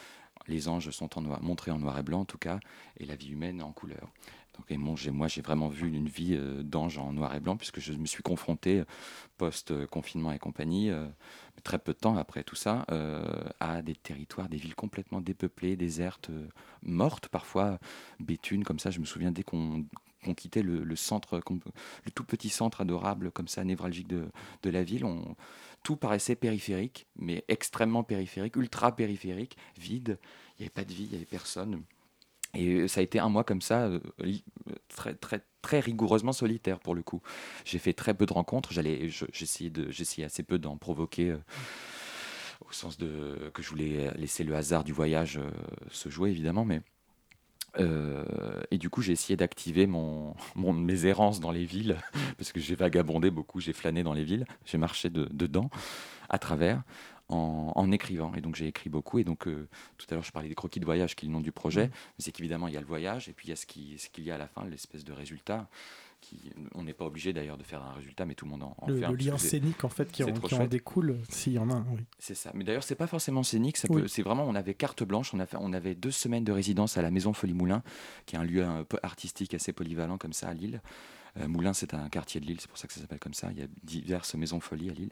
les anges sont montrés en noir et blanc en tout cas, et la vie humaine en couleur. Donc, et moi, j'ai vraiment vu une vie d'ange en noir et blanc, puisque je me suis confronté, post-confinement et compagnie, très peu de temps après tout ça, à des territoires, des villes complètement dépeuplées, désertes, mortes parfois, bétunes, comme ça. Je me souviens dès qu'on quittait le centre, le tout petit centre adorable, comme ça, névralgique de la ville, tout paraissait périphérique, mais extrêmement périphérique, ultra périphérique, vide. Il n'y avait pas de vie, il n'y avait personne. Et ça a été un mois comme ça, très, très, très rigoureusement solitaire pour le coup. J'ai fait très peu de rencontres, j'essayais assez peu d'en provoquer, au sens que je voulais laisser le hasard du voyage se jouer évidemment, mais... et du coup j'ai essayé d'activer mes errances dans les villes, parce que j'ai vagabondé beaucoup, j'ai flâné dans les villes, j'ai marché dedans, à travers, en écrivant. Et donc j'ai écrit beaucoup, et donc tout à l'heure je parlais des croquis de voyage qui est le nom du projet, mais c'est qu'évidemment il y a le voyage, et puis il y a ce qu'il y a à la fin, l'espèce de résultat. On n'est pas obligé d'ailleurs de faire un résultat, mais tout le monde en fait un. Le lien scénique en fait qui en découle, s'il y en a un, oui. C'est ça. Mais d'ailleurs, c'est pas forcément scénique. C'est vraiment, on avait carte blanche. On avait 2 semaines de résidence à la Maison Folie-Moulin, qui est un lieu un peu artistique assez polyvalent comme ça à Lille. Moulin, c'est un quartier de Lille, c'est pour ça que ça s'appelle comme ça. Il y a diverses maisons Folie à Lille.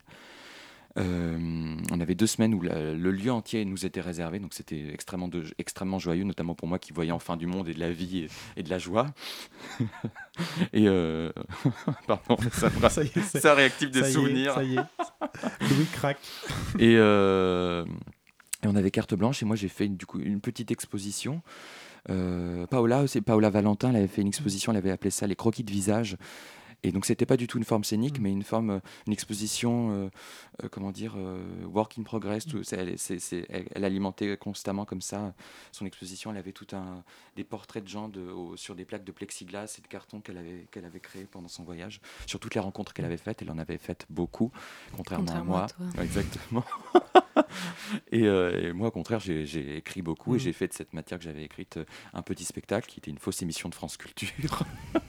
On avait 2 semaines où le lieu entier nous était réservé, donc c'était extrêmement joyeux, notamment pour moi qui voyais enfin du monde et de la vie et de la joie. Et pardon, ça réactive des souvenirs. Ça y est, Louis craque. Et on avait carte blanche, et moi j'ai fait une petite exposition. Paola Valentin, elle avait fait une exposition, elle avait appelé ça les croquis de visage. Et donc c'était pas du tout une forme scénique, mais une exposition, work in progress. Elle alimentait constamment comme ça son exposition. Elle avait des portraits de gens sur des plaques de plexiglas et de carton qu'elle avait créé pendant son voyage. Sur toutes les rencontres qu'elle avait faites, elle en avait fait beaucoup, contrairement à moi. Exactement. Et moi, au contraire, j'ai écrit beaucoup, et j'ai fait de cette matière que j'avais écrite un petit spectacle qui était une fausse émission de France Culture.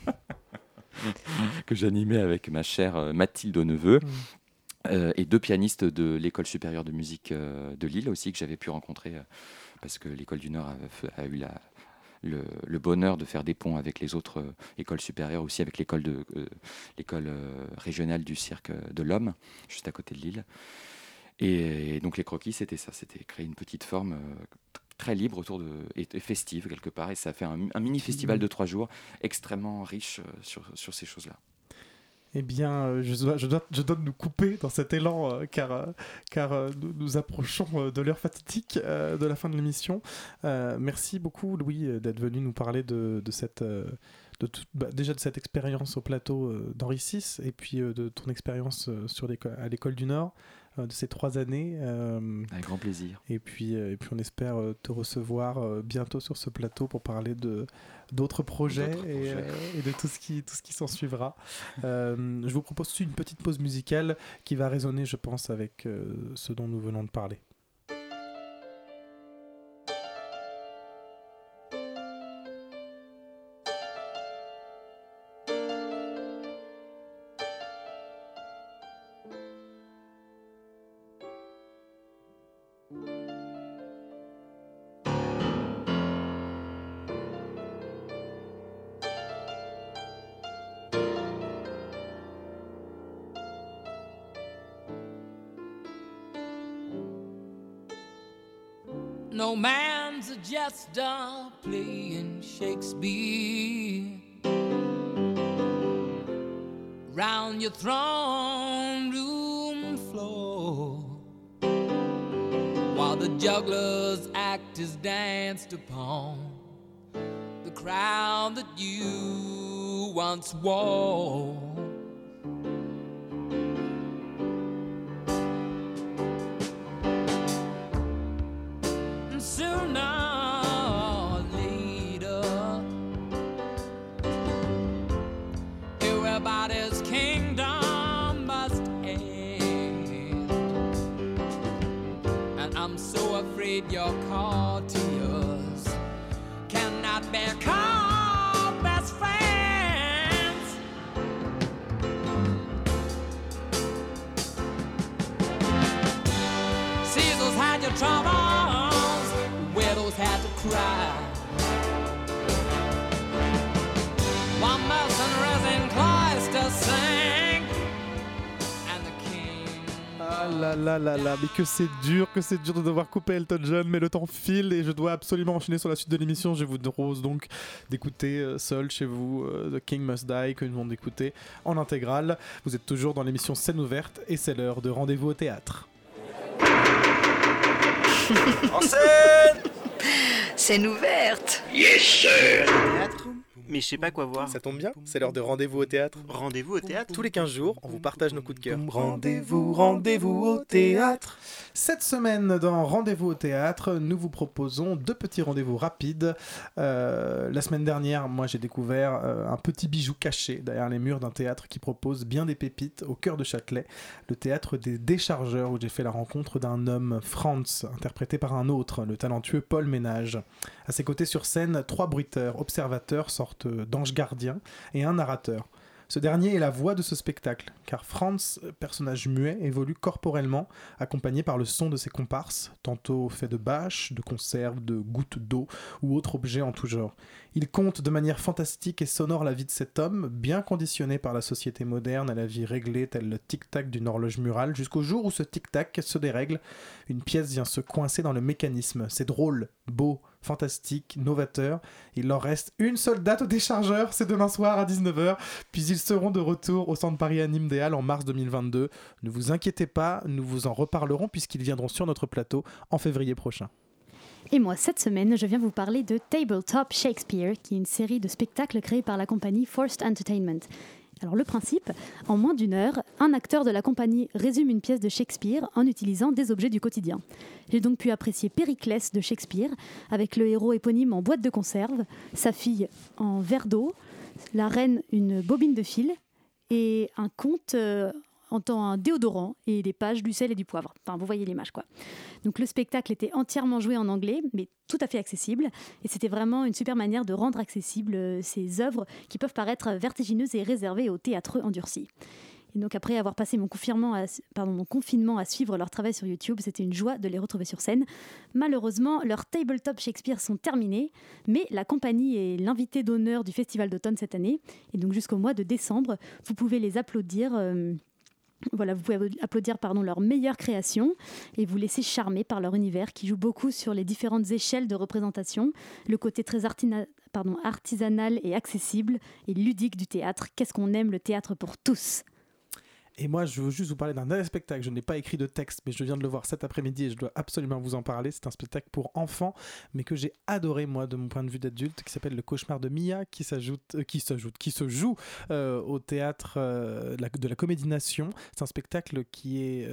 Que j'animais avec ma chère Mathilde Neveu, et 2 pianistes de l'école supérieure de musique de Lille aussi, que j'avais pu rencontrer parce que l'école du Nord a eu le bonheur de faire des ponts avec les autres écoles supérieures, aussi avec l'école régionale du cirque de l'Homme, juste à côté de Lille. Et donc les croquis, c'était ça, c'était créer une petite forme très libre et festive quelque part, et ça fait un mini festival de 3 jours extrêmement riche sur ces choses-là. Eh bien, je dois nous couper dans cet élan, car nous approchons de l'heure fatidique de la fin de l'émission. Merci beaucoup, Louis, d'être venu nous parler déjà de cette expérience au plateau d'Henri VI, et puis de ton expérience à l'école du Nord, de ces 3 années. Avec grand plaisir. Et puis on espère te recevoir bientôt sur ce plateau pour parler d'autres projets et de tout ce qui s'en suivra. Je vous propose une petite pause musicale qui va résonner, je pense, avec ce dont nous venons de parler. No man's a jester playing Shakespeare round your throne room floor, while the juggler's act is danced upon the crown that you once wore. Your courtiers cannot be called best friends. Caesar's had your troubles, widows both had to cry. While Melson Rosencruyster sang, and the king. Ah là là là là, mais que c'est dur de devoir couper Elton John, mais le temps file et je dois absolument enchaîner sur la suite de l'émission. Je vous propose donc d'écouter seul chez vous The King Must Die, que nous venons d'écouter en intégrale. Vous êtes toujours dans l'émission Scène ouverte et c'est l'heure de Rendez-vous au théâtre. En scène! Scène ouverte. Yes, sir. Théâtre? Mais je sais pas quoi voir. Ça tombe bien, c'est l'heure de Rendez-vous au théâtre. Rendez-vous au théâtre? Tous les 15 jours, on vous partage nos coups de cœur. Rendez-vous au théâtre. Cette semaine, dans Rendez-vous au théâtre, nous vous proposons 2 petits rendez-vous rapides. La semaine dernière, moi, j'ai découvert un petit bijou caché derrière les murs d'un théâtre qui propose bien des pépites au cœur de Châtelet, le théâtre des Déchargeurs, où j'ai fait la rencontre d'un homme, Franz, interprété par un autre, le talentueux Paul Ménage. À ses côtés sur scène, 3 bruiteurs, observateurs, sorte d'ange gardien, et un narrateur. Ce dernier est la voix de ce spectacle, car Franz, personnage muet, évolue corporellement, accompagné par le son de ses comparses, tantôt fait de bâches, de conserves, de gouttes d'eau ou autres objets en tout genre. Il conte de manière fantastique et sonore la vie de cet homme, bien conditionné par la société moderne à la vie réglée telle le tic-tac d'une horloge murale, jusqu'au jour où ce tic-tac se dérègle. Une pièce vient se coincer dans le mécanisme. C'est drôle, beau, fantastique, novateur. Il leur reste une seule date au Déchargeur, c'est demain soir à 19h, puis ils seront de retour au Centre Paris Anime des Halles en mars 2022. Ne vous inquiétez pas, nous vous en reparlerons puisqu'ils viendront sur notre plateau en février prochain. Et moi, cette semaine, je viens vous parler de Tabletop Shakespeare, qui est une série de spectacles créée par la compagnie Forced Entertainment. Alors le principe, en moins d'1 heure, un acteur de la compagnie résume une pièce de Shakespeare en utilisant des objets du quotidien. J'ai donc pu apprécier Périclès de Shakespeare, avec le héros éponyme en boîte de conserve, sa fille en verre d'eau, la reine une bobine de fil et un conte en un déodorant et des pages du sel et du poivre. Enfin, vous voyez l'image, quoi. Donc le spectacle était entièrement joué en anglais, mais tout à fait accessible. Et c'était vraiment une super manière de rendre accessibles ces œuvres qui peuvent paraître vertigineuses et réservées aux théâtreux endurcis. Et donc après avoir passé mon confinement à suivre leur travail sur YouTube, c'était une joie de les retrouver sur scène. Malheureusement, leurs Tabletop Shakespeare sont terminés, mais la compagnie est l'invité d'honneur du Festival d'automne cette année. Et donc jusqu'au mois de décembre, vous pouvez les applaudir... Voilà, vous pouvez applaudir leur meilleure création et vous laisser charmer par leur univers qui joue beaucoup sur les différentes échelles de représentation, le côté très artisanal et accessible et ludique du théâtre. Qu'est-ce qu'on aime le théâtre pour tous ? Et moi, je veux juste vous parler d'un dernier spectacle. Je n'ai pas écrit de texte, mais je viens de le voir cet après-midi et je dois absolument vous en parler. C'est un spectacle pour enfants, mais que j'ai adoré, moi, de mon point de vue d'adulte, qui s'appelle Le Cauchemar de Mia, qui se joue au théâtre de la Comédie Nation. C'est un spectacle qui est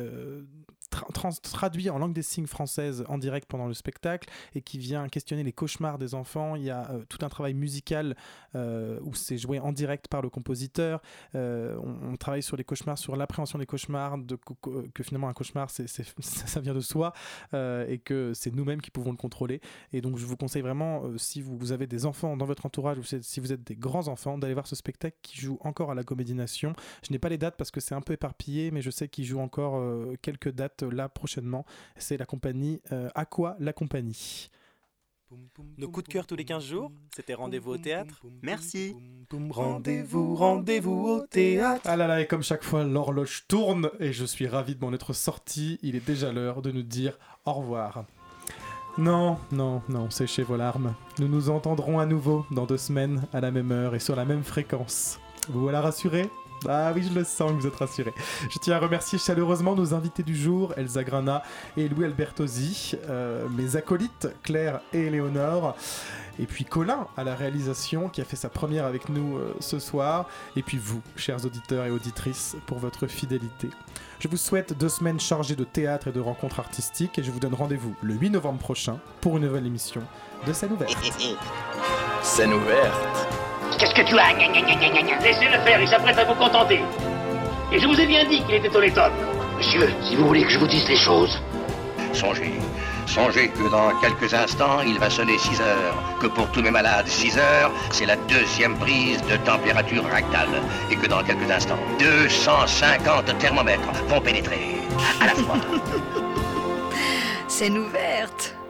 traduit en langue des signes française en direct pendant le spectacle et qui vient questionner les cauchemars des enfants. Il y a tout un travail musical où c'est joué en direct par le compositeur. On travaille sur les cauchemars, sur l'appréhension des cauchemars, que finalement un cauchemar ça vient de soi et que c'est nous-mêmes qui pouvons le contrôler. Et donc je vous conseille vraiment, si vous avez des enfants dans votre entourage ou si vous êtes des grands enfants, d'aller voir ce spectacle qui joue encore à la Comédie Nation. Je n'ai pas les dates parce que c'est un peu éparpillé, mais je sais qu'il joue encore quelques dates là prochainement. C'est la compagnie Aqua la compagnie. Nos coups de cœur tous les 15 jours, c'était Rendez-vous au théâtre. Merci. Rendez-vous au théâtre. Ah là là, et comme chaque fois, l'horloge tourne et je suis ravi de m'en être sorti. Il est déjà l'heure de nous dire au revoir. Non, séchez vos larmes. Nous nous entendrons à nouveau dans 2 semaines à la même heure et sur la même fréquence. Vous voilà rassurés ? Ah oui, je le sens que vous êtes rassurés. Je tiens à remercier chaleureusement nos invités du jour, Elsa Grana et Louis Albertosi, mes acolytes, Claire et Éléonore, et puis Colin à la réalisation qui a fait sa première avec nous ce soir, et puis vous, chers auditeurs et auditrices, pour votre fidélité. Je vous souhaite 2 semaines chargées de théâtre et de rencontres artistiques, et je vous donne rendez-vous le 8 novembre prochain pour une nouvelle émission de Scène ouverte. Scène ouverte. Qu'est-ce que tu as? Laissez-le faire, il s'apprête à vous contenter. Et je vous ai bien dit qu'il était honnête. Monsieur, si vous voulez que je vous dise les choses. Songez que dans quelques instants, il va sonner 6 heures. Que pour tous mes malades, 6 heures, c'est la 2e prise de température rectale. Et que dans quelques instants, 250 thermomètres vont pénétrer à la fois. Scène ouverte.